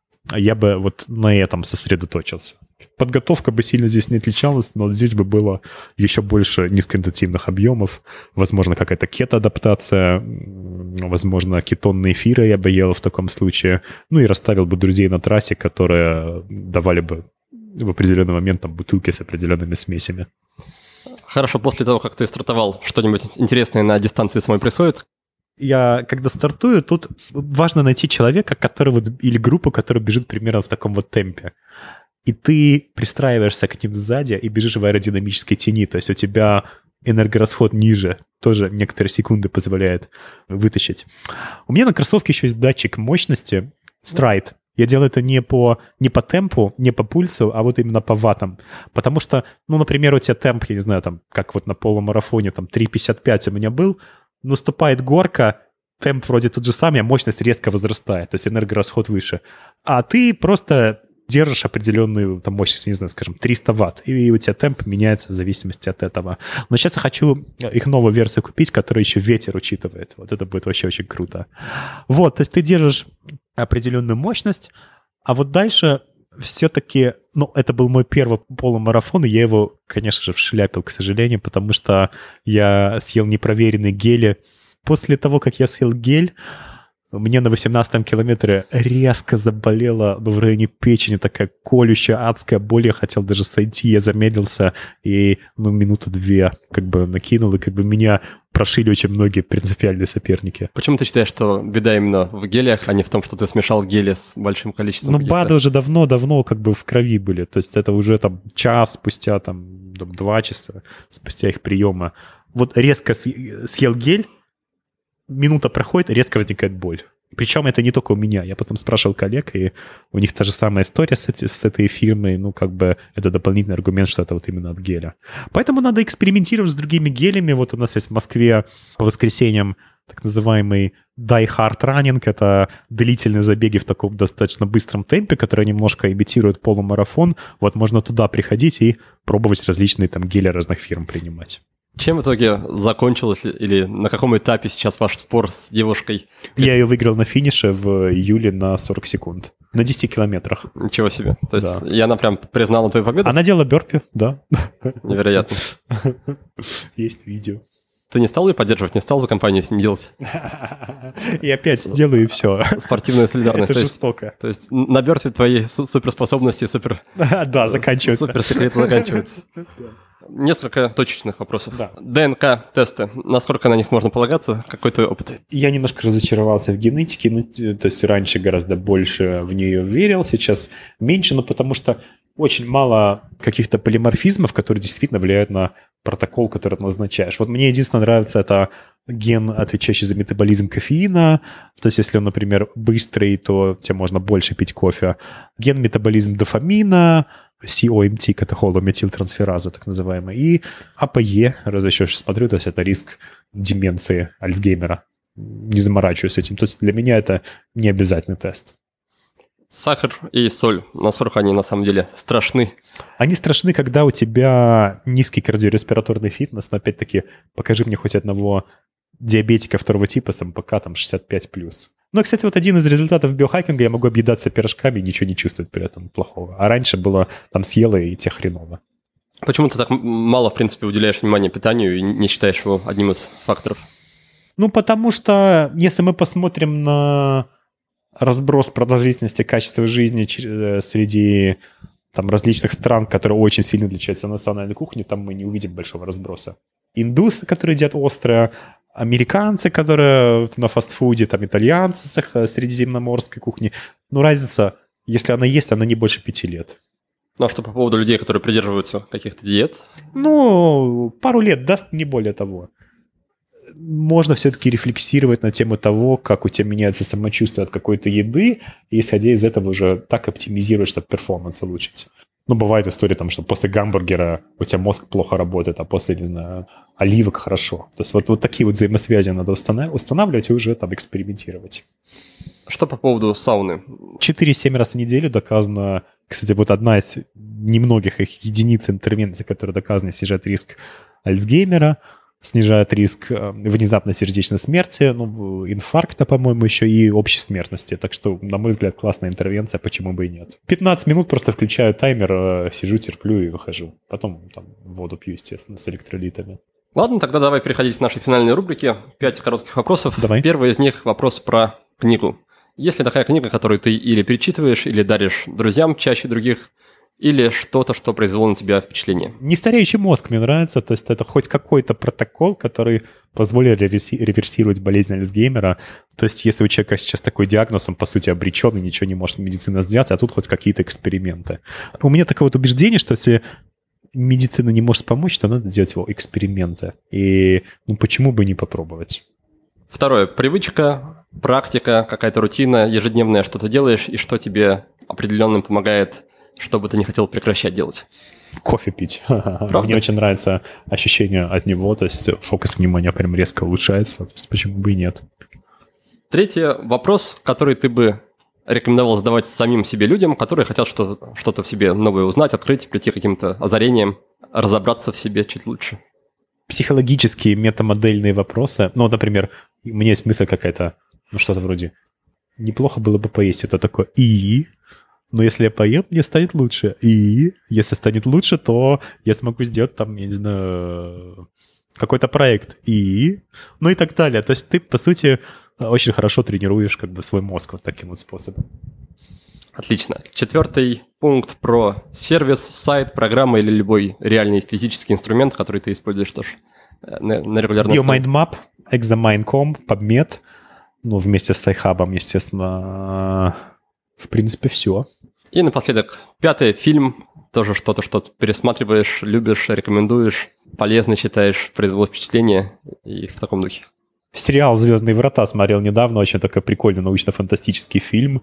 Я бы вот на этом сосредоточился. Подготовка бы сильно здесь не отличалась, но здесь бы было еще больше низкоинтенсивных объемов, возможно, какая-то кето-адаптация, возможно, кетонные эфиры я бы ел в таком случае, ну и расставил бы друзей на трассе, которые давали бы в определенный момент там бутылки с определенными смесями. Хорошо, после того, как ты стартовал, что-нибудь интересное на дистанции самой происходит? Я, когда стартую, тут важно найти человека, который вот, или группу, которая бежит примерно в таком вот темпе. И ты пристраиваешься к ним сзади и бежишь в аэродинамической тени. То есть у тебя энергорасход ниже, тоже некоторые секунды позволяет вытащить. У меня на кроссовке еще есть датчик мощности Stride. Я делаю это не по, не по темпу, не по пульсу, а вот именно по ваттам. Потому что, ну, например, у тебя темп, я не знаю, там, как вот на полумарафоне, там, три пятьдесят пять у меня был, наступает горка, темп вроде тот же самый, а мощность резко возрастает, то есть энергорасход выше. А ты просто держишь определенную там, мощность, не знаю, скажем, триста ватт, и у тебя темп меняется в зависимости от этого. Но сейчас я хочу их новую версию купить, которая еще ветер учитывает. Вот это будет вообще очень круто. Вот, то есть ты держишь определенную мощность, а вот дальше все-таки, ну, это был мой первый полумарафон, и я его, конечно же, вшляпил, к сожалению, потому что я съел непроверенные гели. После того, как я съел гель, мне на восемнадцатом километре резко заболела, ну, в районе печени такая колющая, адская боль. Я хотел даже сойти, я замедлился и, ну, минуту-две как бы накинул, и как бы меня прошили очень многие принципиальные соперники. Почему ты считаешь, что беда именно в гелях, а не в том, что ты смешал гели с большим количеством? Ну, БАДы уже давно-давно как бы в крови были. То есть это уже там час спустя, там, два часа спустя их приема. Вот резко съел гель, минута проходит, резко возникает боль. Причем это не только у меня. Я потом спрашивал коллег, и у них та же самая история с, эти, с этой фирмой. Ну, как бы это дополнительный аргумент, что это вот именно от геля. Поэтому надо экспериментировать с другими гелями. Вот у нас есть в Москве по воскресеньям так называемый Die Hard Running. Это длительные забеги в таком достаточно быстром темпе, которые немножко имитируют полумарафон. Вот можно туда приходить и пробовать различные там гели разных фирм принимать. Чем в итоге закончилось или на каком этапе сейчас ваш спор с девушкой? Я ее выиграл на финише в июле на сорок секунд. На десяти километрах. Ничего себе. То есть да. И она прям признала твою победу? Она делала бёрпи, да. Невероятно. Есть видео. Ты не стал ее поддерживать, не стал за компанию с ней делать? И опять сделаю, и все. Спортивная солидарность. Это жестоко. То есть на бёрпи твои суперспособности, супер... Да, заканчиваются. Суперсекреты заканчиваются. Несколько точечных вопросов. Да. ДНК-тесты. Насколько на них можно полагаться? Какой твой опыт? Я немножко разочаровался в генетике. Ну, то есть раньше гораздо больше в нее верил, сейчас меньше, но потому что очень мало каких-то полиморфизмов, которые действительно влияют на протокол, который ты назначаешь. Вот мне единственное нравится это ген, отвечающий за метаболизм кофеина. То есть если он, например, быстрый, то тебе можно больше пить кофе. Ген метаболизм дофамина, си о эм ти, катехолометилтрансфераза, так называемая, и а пэ е, раз еще смотрю, то есть это риск деменции Альцгеймера. Не заморачиваюсь этим. То есть для меня это не обязательный тест. Сахар и соль, насколько они на самом деле страшны? Они страшны, когда у тебя низкий кардиореспираторный фитнес, но опять-таки покажи мне хоть одного диабетика второго типа с эм пэ ка там шестьдесят пять плюс. Ну, и, кстати, вот один из результатов биохакинга, я могу объедаться пирожками и ничего не чувствовать при этом плохого. А раньше было там съела и те хреново. Почему ты так мало, в принципе, уделяешь внимания питанию и не считаешь его одним из факторов? Ну, потому что если мы посмотрим на разброс продолжительности качества жизни среди там, различных стран, которые очень сильно отличаются от национальной кухни, там мы не увидим большого разброса. Индусы, которые едят острое, американцы, которые на фастфуде, там итальянцы с средиземноморской кухни. Ну, разница, если она есть, она не больше пяти лет. Ну, а что по поводу людей, которые придерживаются каких-то диет? Ну, пару лет даст, не более того. Можно все-таки рефлексировать на тему того, как у тебя меняется самочувствие от какой-то еды, и, исходя из этого, уже так оптимизировать, чтобы перформанс улучшить. Ну, бывает история, там, что после гамбургера у тебя мозг плохо работает, а после, не знаю, оливок хорошо. То есть вот, вот такие вот взаимосвязи надо устанавливать и уже там экспериментировать. Что по поводу сауны? четыре-семь раз в неделю доказано. Кстати, вот одна из немногих их единиц интервенций, которые доказаны, снижает риск Альцгеймера, снижает риск внезапной сердечной смерти, ну, инфаркта, по-моему, еще и общей смертности. Так что, на мой взгляд, классная интервенция, почему бы и нет. пятнадцать минут просто включаю таймер, сижу, терплю и выхожу. Потом там воду пью, естественно, с электролитами. Ладно, тогда давай переходить к нашей финальной рубрике. Пять коротких вопросов. Давай. Первый из них вопрос про книгу. Есть ли такая книга, которую ты или перечитываешь, или даришь друзьям чаще других, или что-то, что произвело на тебя впечатление? Нестареющий мозг мне нравится, то есть это хоть какой-то протокол, который позволит реверси- реверсировать болезнь Альцгеймера. То есть если у человека сейчас такой диагноз, он, по сути, обречен и ничего не может медицина сделать, а тут хоть какие-то эксперименты. У меня такое вот убеждение, что если медицина не может помочь, то надо делать его эксперименты. И ну почему бы не попробовать? Второе. Привычка, практика, какая-то рутина, ежедневная, что ты делаешь, и что тебе определенно помогает, что бы ты не хотел прекращать делать. Кофе пить. Правда? Мне очень нравится ощущение от него, то есть фокус внимания прям резко улучшается, то есть почему бы и нет. Третье. Вопрос, который ты бы рекомендовал задавать самим себе людям, которые хотят что- что-то в себе новое узнать, открыть, прийти к каким-то озарениям, разобраться в себе чуть лучше. Психологические метамодельные вопросы. Ну, вот, например, у меня есть мысль какая-то, ну, что-то вроде «неплохо было бы поесть». Это такое «и?» Но если я поем, мне станет лучше. И если станет лучше, то я смогу сделать там, я не знаю, какой-то проект. И, ну и так далее. То есть ты, по сути, очень хорошо тренируешь как бы свой мозг вот таким вот способом. Отлично. Четвертый пункт про сервис, сайт, программа или любой реальный физический инструмент, который ты используешь тоже на, на регулярной основе. BioMindMap, Examine точка ком, PubMed, ну, вместе с iHub, естественно, в принципе, все. И напоследок, пятый фильм, тоже что-то, что ты пересматриваешь, любишь, рекомендуешь, полезно читаешь, произвело впечатление и в таком духе. Сериал «Звездные врата» смотрел недавно, очень такой прикольный научно-фантастический фильм,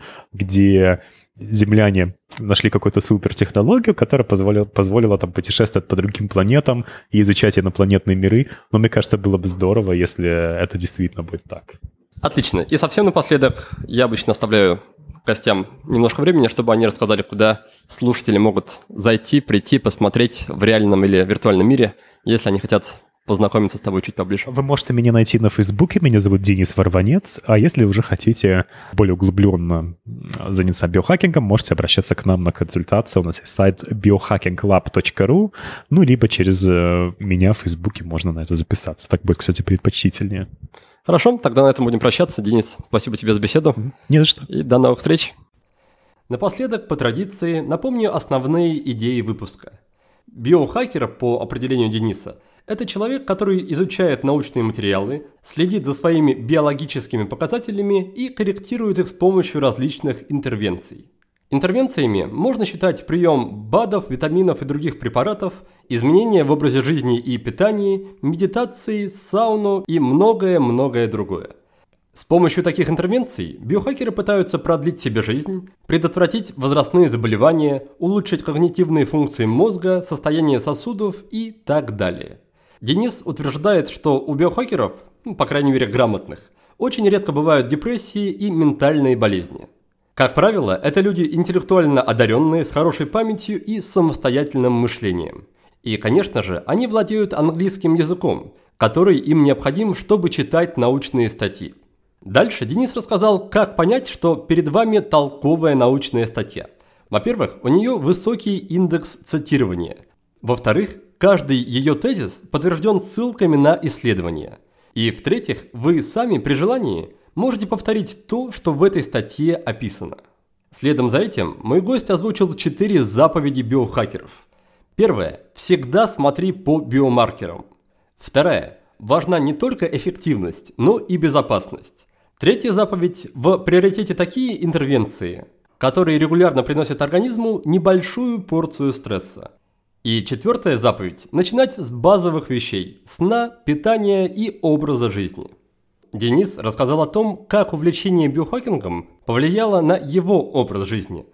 где земляне нашли какую-то супертехнологию, которая позволила, позволила там путешествовать по другим планетам и изучать инопланетные миры. Но мне кажется, было бы здорово, если это действительно будет так. Отлично. И совсем напоследок я обычно оставляю гостям немножко времени, чтобы они рассказали, куда слушатели могут зайти, прийти, посмотреть в реальном или виртуальном мире, если они хотят познакомиться с тобой чуть поближе. Вы можете меня найти на Фейсбуке, меня зовут Денис Варванец, а если уже хотите более углубленно заняться биохакингом, можете обращаться к нам на консультацию. У нас есть сайт биохакинг лаб точка ру, ну, либо через меня в Фейсбуке можно на это записаться. Так будет, кстати, предпочтительнее. Хорошо, тогда на этом будем прощаться. Денис, спасибо тебе за беседу. Не за что. И до новых встреч. Напоследок, по традиции, напомню основные идеи выпуска. Биохакер, по определению Дениса, это человек, который изучает научные материалы, следит за своими биологическими показателями и корректирует их с помощью различных интервенций. Интервенциями можно считать прием БАДов, витаминов и других препаратов, изменения в образе жизни и питании, медитации, сауну и многое-многое другое. С помощью таких интервенций биохакеры пытаются продлить себе жизнь, предотвратить возрастные заболевания, улучшить когнитивные функции мозга, состояние сосудов и так далее. Денис утверждает, что у биохакеров, ну, по крайней мере грамотных, очень редко бывают депрессии и ментальные болезни. Как правило, это люди интеллектуально одаренные, с хорошей памятью и самостоятельным мышлением. И, конечно же, они владеют английским языком, который им необходим, чтобы читать научные статьи. Дальше Денис рассказал, как понять, что перед вами толковая научная статья. Во-первых, у нее высокий индекс цитирования. Во-вторых, каждый ее тезис подтвержден ссылками на исследования. И в-третьих, вы сами при желании можете повторить то, что в этой статье описано. Следом за этим мой гость озвучил четыре заповеди биохакеров. Первая – всегда смотри по биомаркерам. Вторая – важна не только эффективность, но и безопасность. Третья заповедь – в приоритете такие интервенции, которые регулярно приносят организму небольшую порцию стресса. И четвертая заповедь – начинать с базовых вещей – сна, питания и образа жизни. Денис рассказал о том, как увлечение биохакингом повлияло на его образ жизни.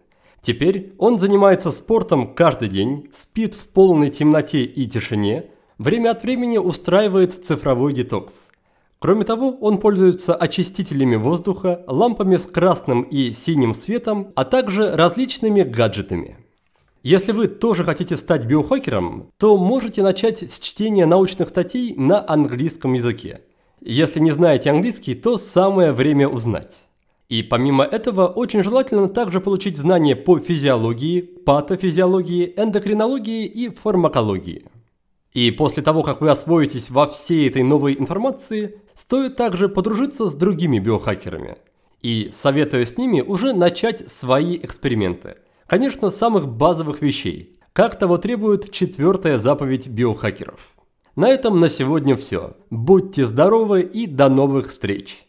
Теперь он занимается спортом каждый день, спит в полной темноте и тишине, время от времени устраивает цифровой детокс. Кроме того, он пользуется очистителями воздуха, лампами с красным и синим светом, а также различными гаджетами. Если вы тоже хотите стать биохакером, то можете начать с чтения научных статей на английском языке. Если не знаете английский, то самое время узнать. И помимо этого, очень желательно также получить знания по физиологии, патофизиологии, эндокринологии и фармакологии. И после того, как вы освоитесь во всей этой новой информации, стоит также подружиться с другими биохакерами. И, советуя с ними, уже начать свои эксперименты. Конечно, самых базовых вещей, как того требует четвертая заповедь биохакеров. На этом на сегодня все. Будьте здоровы и до новых встреч!